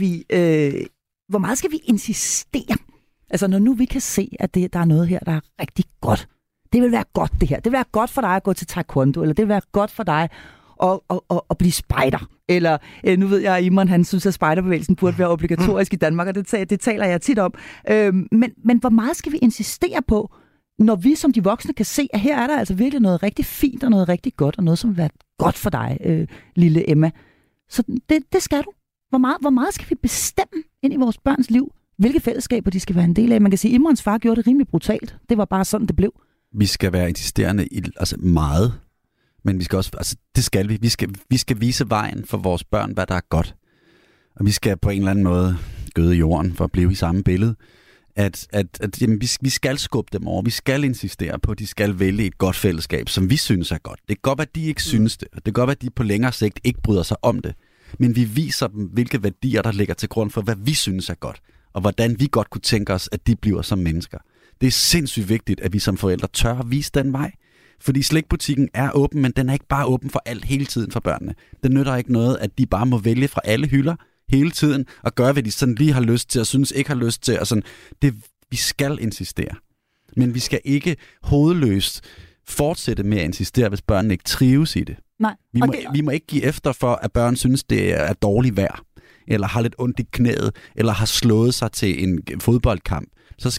skal vi insistere? Altså når nu vi kan se, at der er noget her, der er rigtig godt. Det vil være godt det her. Det vil være godt for dig at gå til taekwondo, eller det vil være godt for dig at blive spejder. Eller, nu ved jeg, at Imran, han synes, at spejderbevægelsen burde være obligatorisk i Danmark, og det taler jeg tit om. Men hvor meget skal vi insistere på, når vi som de voksne kan se, at her er der altså virkelig noget rigtig fint, og noget rigtig godt, og noget, som vil være godt for dig, lille Emma. Så det skal du. Hvor meget skal vi bestemme ind i vores børns liv, hvilke fællesskaber de skal være en del af? Man kan sige, at Imrans far gjorde det rimelig brutalt. Det var bare sådan, det blev. Vi skal være insisterende i meget, men vi skal også, det skal vi. Vi skal vise vejen for vores børn, hvad der er godt. Og vi skal på en eller anden måde gøde jorden for at blive i samme billede. Jamen, vi skal skubbe dem over. Vi skal insistere på, at de skal vælge et godt fællesskab, som vi synes er godt. Det kan godt være, at de ikke synes det. Det kan godt være, at de på længere sigt ikke bryder sig om det. Men vi viser dem, hvilke værdier, der ligger til grund for, hvad vi synes er godt. Og hvordan vi godt kunne tænke os, at de bliver som mennesker. Det er sindssygt vigtigt, at vi som forældre tør at vise den vej. Fordi slikbutikken er åben, men den er ikke bare åben for alt hele tiden for børnene. Det nytter ikke noget, at de bare må vælge fra alle hylder hele tiden, og gøre, hvad de sådan lige har lyst til, og synes ikke har lyst til. Og sådan. Vi skal insistere. Men vi skal ikke hovedløst fortsætte med at insistere, hvis børnene ikke trives i det. Nej. Vi må ikke give efter for, at børn synes, det er dårligt vejr, eller har lidt ondt i knæet, eller har slået sig til en fodboldkamp. Så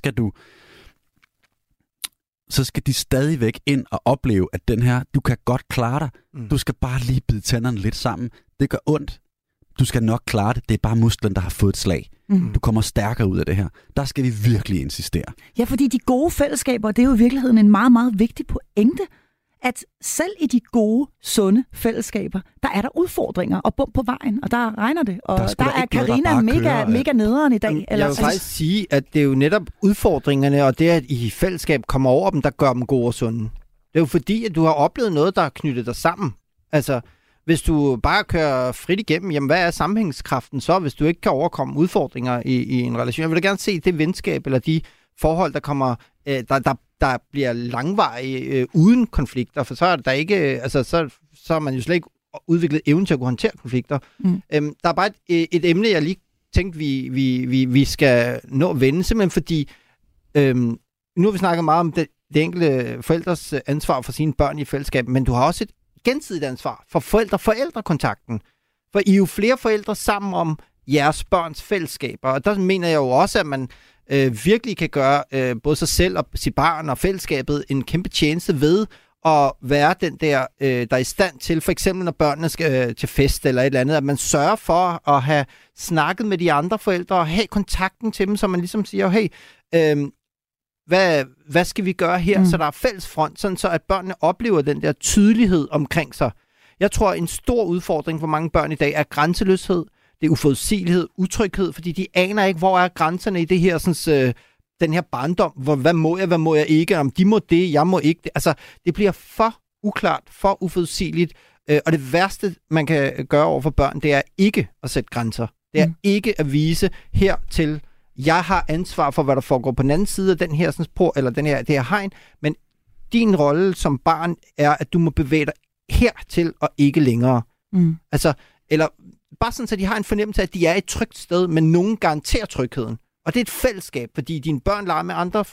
skal de stadigvæk ind og opleve, at den her, du kan godt klare dig. Du skal bare lige bide tænderne lidt sammen. Det gør ondt. Du skal nok klare det. Det er bare musklen, der har fået et slag. Du kommer stærkere ud af det her. Der skal vi virkelig insistere. Ja, fordi de gode fællesskaber, det er jo i virkeligheden en meget, meget vigtig pointe, at selv i de gode, sunde fællesskaber, der er der udfordringer og bump på vejen, og der regner det. Og der er Karina mega nederen i dag. Jeg vil faktisk sige, at det er jo netop udfordringerne, og det, at I fællesskab kommer over dem, der gør dem gode og sunde. Det er jo fordi, at du har oplevet noget, der har knyttet dig sammen. Altså, hvis du bare kører frit igennem, jamen hvad er sammenhængskraften så, hvis du ikke kan overkomme udfordringer i en relation? Jeg vil da gerne se det venskab, eller de forhold, der kommer, der bliver langvarige uden konflikter, for så er der ikke, så er man jo slet ikke udviklet evnen til at kunne håndtere konflikter. Der er bare et emne, jeg lige tænkte, vi skal nå at vende, simpelthen fordi, nu har vi snakket meget om det enkelte forældres ansvar for sine børn i fællesskab, men du har også et gensidigt ansvar for forældrekontakten. For I er jo flere forældre sammen om jeres børns fællesskaber, og der mener jeg jo også, at man virkelig kan gøre både sig selv og sit barn og fællesskabet en kæmpe tjeneste ved at være den der er i stand til, for eksempel når børnene skal til fest eller et eller andet, at man sørger for at have snakket med de andre forældre og have kontakten til dem, så man ligesom siger, hey, hvad skal vi gøre her, så der er fælles front, sådan så at børnene oplever den der tydelighed omkring sig. Jeg tror, en stor udfordring for mange børn i dag er grænseløshed, det er uforudsigelighed, utryghed, fordi de aner ikke, hvor er grænserne i det her, sådan, den her barndom, hvad må jeg ikke, om de må det, jeg må ikke det. Altså, det bliver for uklart, for uforudsigeligt, og det værste, man kan gøre over for børn, det er ikke at sætte grænser. Det er ikke at vise hertil, jeg har ansvar for, hvad der foregår på den anden side af den her sådan, spor, eller det her hegn, men din rolle som barn er, at du må bevæge dig hertil og ikke længere. Altså, eller bare sådan, så de har en fornemmelse af, at de er et trygt sted, men nogen garanterer trygheden. Og det er et fællesskab, fordi dine børn leger med andre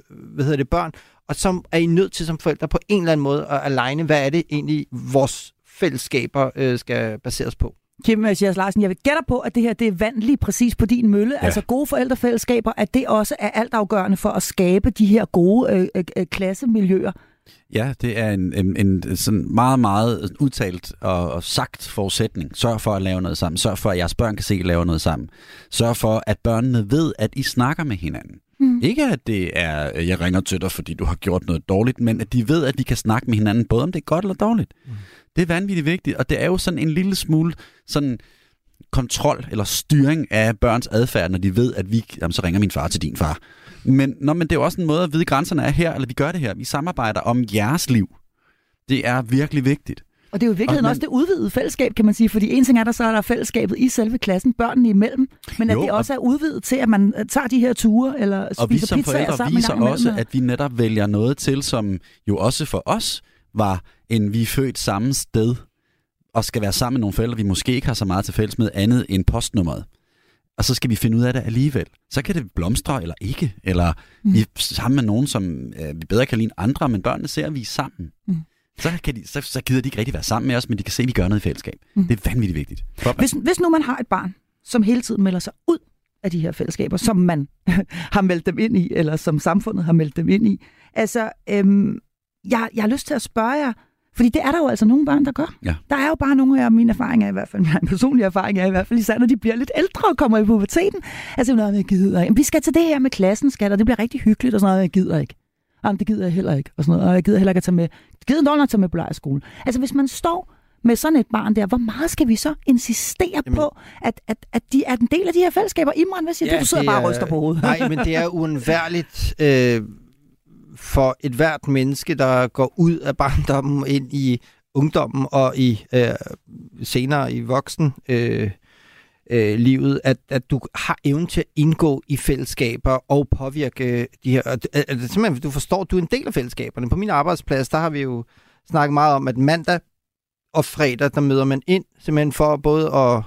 børn, og så er I nødt til som forældre på en eller anden måde at aligne, hvad er det egentlig, vores fællesskaber skal baseres på. Kim Mathias Larsen, jeg vil gætte på, at det her det er vand lige præcis på din mølle. Ja. Altså gode forældrefællesskaber, at det også er altafgørende for at skabe de her gode klassemiljøer. Ja, det er en sådan meget, meget udtalt og sagt forudsætning. Sørg for at lave noget sammen. Sørg for, at jeres børn kan se, at I laver noget sammen. Sørg for, at børnene ved, at I snakker med hinanden. Ikke at det er, jeg ringer til dig, fordi du har gjort noget dårligt, men at de ved, at de kan snakke med hinanden, både om det er godt eller dårligt. Det er vanvittigt vigtigt, og det er jo sådan en lille smule sådan kontrol eller styring af børns adfærd, når de ved, at så ringer min far til din far. Men det er jo også en måde at vide, at grænserne er her, eller vi gør det her. Vi samarbejder om jeres liv. Det er virkelig vigtigt. Og det er jo i virkeligheden også det udvidede fællesskab, kan man sige, fordi en ting er, så er der fællesskabet i selve klassen, børnene imellem, men at det også er udvidet til, at man tager de her ture, eller spiser pizza sammen. Og vi som forældre viser også, at vi netop vælger noget til, som jo også for os var vi er født samme sted, og skal være sammen med nogle forældre, vi måske ikke har så meget til fælles med, andet end postnummeret. Og så skal vi finde ud af det alligevel. Så kan det blomstre eller ikke, eller vi er sammen med nogen, som vi bedre kan lide andre, men børnene ser, at vi er sammen. Så gider de ikke rigtig være sammen med os, men de kan se, at vi gør noget i fællesskab. Det er vanvittigt vigtigt. Hvis nu man har et barn, som hele tiden melder sig ud af de her fællesskaber, som man har meldt dem ind i, eller som samfundet har meldt dem ind i. Altså, jeg har lyst til at spørge jer, Fordi det er der jo altså nogle børn, der gør. Ja. Der er jo bare nogle af mine erfaringer, i hvert fald min personlige erfaring er i hvert fald, især når de bliver lidt ældre og kommer i puberteten. Altså, noget, jeg gider ikke. Vi skal til det her med klassen, skat, og det bliver rigtig hyggeligt, og sådan noget, jeg gider ikke. Jamen, det gider jeg heller ikke, og sådan noget, og jeg gider heller ikke at tage med. Jeg gider dårligt at tage med på lejrskole. Altså, hvis man står med sådan et barn der, hvor meget skal vi så insistere på, at de er en del af de her fællesskaber? Imran, hvad siger du? Du sidder bare og ryster på hovedet. Nej, men det er uundværligt for et hvert menneske, der går ud af barndommen ind i ungdommen og i senere i voksen livet, at du har evnen til at indgå i fællesskaber og påvirke de her. Simpelthen, du forstår, du er en del af fællesskaberne. På min arbejdsplads, der har vi jo snakket meget om, at mandag og fredag, der møder man ind, simpelthen for både at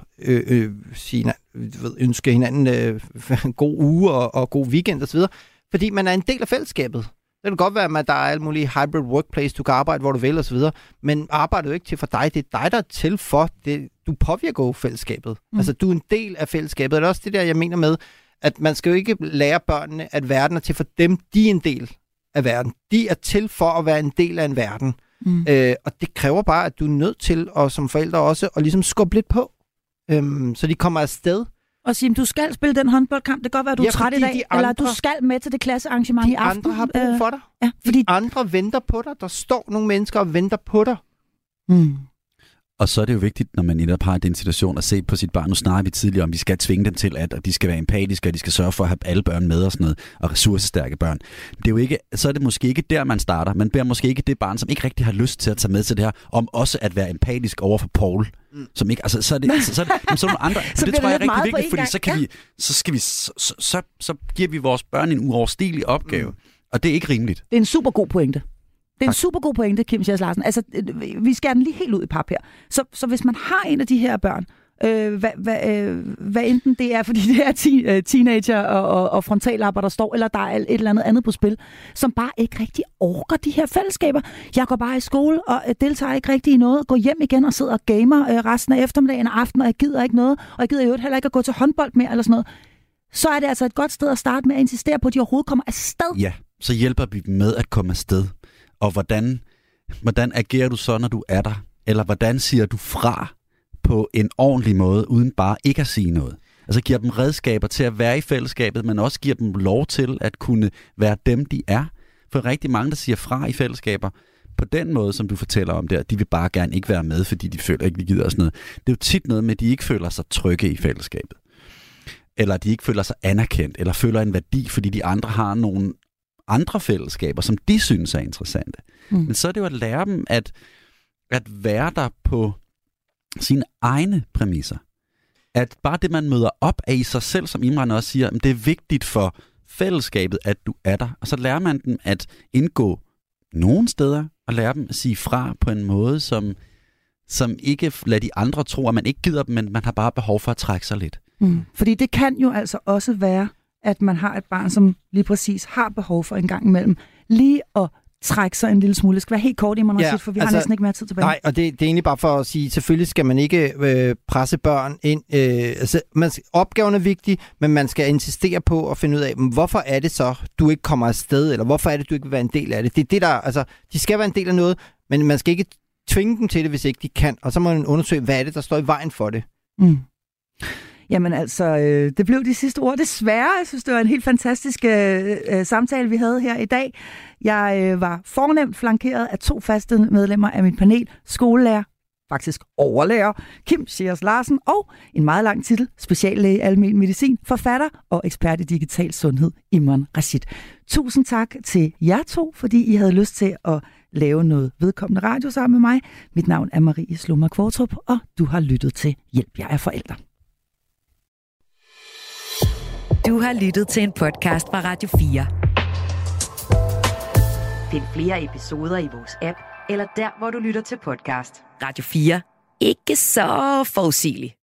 ønske hinanden en god uge og god weekend osv., fordi man er en del af fællesskabet. Det kan godt være, at der er alle mulige hybrid workplace, du kan arbejde, hvor du vil osv., men arbejder jo ikke til for dig. Det er dig, der er til for det. Du påvirker jo fællesskabet. Altså, du er en del af fællesskabet. Det er også det der, jeg mener med, at man skal jo ikke lære børnene, at verden er til for dem. De er en del af verden. De er til for at være en del af en verden. Og det kræver bare, at du er nødt til, og som forældre også, at ligesom skubbe lidt på, så de kommer afsted. Og sige, du skal spille den håndboldkamp. Det kan godt være, at du er træt i dag, eller du skal med til det klassearrangement i aften. De andre har brug for dig. Ja, fordi de andre venter på dig. Der står nogle mennesker og venter på dig. Og så er det jo vigtigt, når man netop har den situation, at se på sit barn. Nu snakker vi tidligere om, vi skal tvinge dem til, at de skal være empatiske, og de skal sørge for at have alle børn med og sådan noget, og ressourcestærke børn. Det er jo ikke, så er det måske ikke der, man starter. Man beder måske ikke det barn, som ikke rigtig har lyst til at tage med til det her, om også at være empatisk over for Paul. Som ikke, altså, så er det nogle andre. Så det tror jeg er rigtig vigtigt, fordi gang. så kan så giver vi vores børn en uoverstigelig opgave. Og det er ikke rimeligt. Det er en super god pointe. Det er en super god pointe, Kim Schaas Larsen. Altså, vi skærer den lige helt ud i pap her. Så hvis man har en af de her børn, hvad enten det er, fordi det er teenager og frontallapper, der står, eller der er et eller andet på spil, som bare ikke rigtig orker de her fællesskaber. Jeg går bare i skole og deltager ikke rigtig i noget, går hjem igen og sidder og gamer resten af eftermiddagen og aftenen, og jeg gider ikke noget, og jeg gider jo heller ikke at gå til håndbold mere, eller sådan noget. Så er det altså et godt sted at starte med at insistere på, at de overhovedet kommer afsted. Ja, så hjælper vi dem med at komme afsted. Og hvordan agerer du så, når du er der? Eller hvordan siger du fra på en ordentlig måde, uden bare ikke at sige noget? Altså giver dem redskaber til at være i fællesskabet, men også giver dem lov til at kunne være dem, de er. For rigtig mange, der siger fra i fællesskaber, på den måde, som du fortæller om der, de vil bare gerne ikke være med, fordi de føler ikke, de gider og sådan noget. Det er jo tit noget med, at de ikke føler sig trygge i fællesskabet. Eller de ikke føler sig anerkendt, eller føler en værdi, fordi de andre har nogle andre fællesskaber, som de synes er interessante. Men så er det jo at lære dem at være der på sine egne præmisser. At bare det, man møder op af i sig selv, som Imran også siger, det er vigtigt for fællesskabet, at du er der. Og så lærer man dem at indgå nogle steder, og lære dem at sige fra på en måde, som ikke lader de andre tro, at man ikke gider dem, men man har bare behov for at trække sig lidt. Fordi det kan jo altså også være, at man har et barn, som lige præcis har behov for en gang imellem lige at trække sig en lille smule. Det skal være helt kort i mig, for vi har næsten ikke mere tid tilbage. Nej, og det er egentlig bare for at sige, selvfølgelig skal man ikke presse børn ind. Opgaven er vigtig, men man skal insistere på at finde ud af, hvorfor er det så, du ikke kommer afsted, eller hvorfor er det, du ikke vil være en del af det. Det er det, der, altså, de skal være en del af noget, men man skal ikke tvinge dem til det, hvis ikke de kan. Og så må man undersøge, hvad er det, der står i vejen for det. Jamen altså, det blev de sidste ord. Desværre, jeg synes, det var en helt fantastisk samtale, vi havde her i dag. Jeg var fornemt flankeret af 2 faste medlemmer af mit panel. Skolelærer, faktisk overlærer, Kim Schaas Larsen, og en meget lang titel, speciallæge i almen medicin, forfatter og ekspert i digital sundhed, Imran Rashid. Tusind tak til jer 2, fordi I havde lyst til at lave noget vedkommende radio sammen med mig. Mit navn er Marie Slummer Kvartrup, og du har lyttet til Hjælp, jeg er forælder. Du har lyttet til en podcast fra Radio 4. Find flere episoder i vores app, eller der, hvor du lytter til podcast. Radio 4. Ikke så forudsigeligt.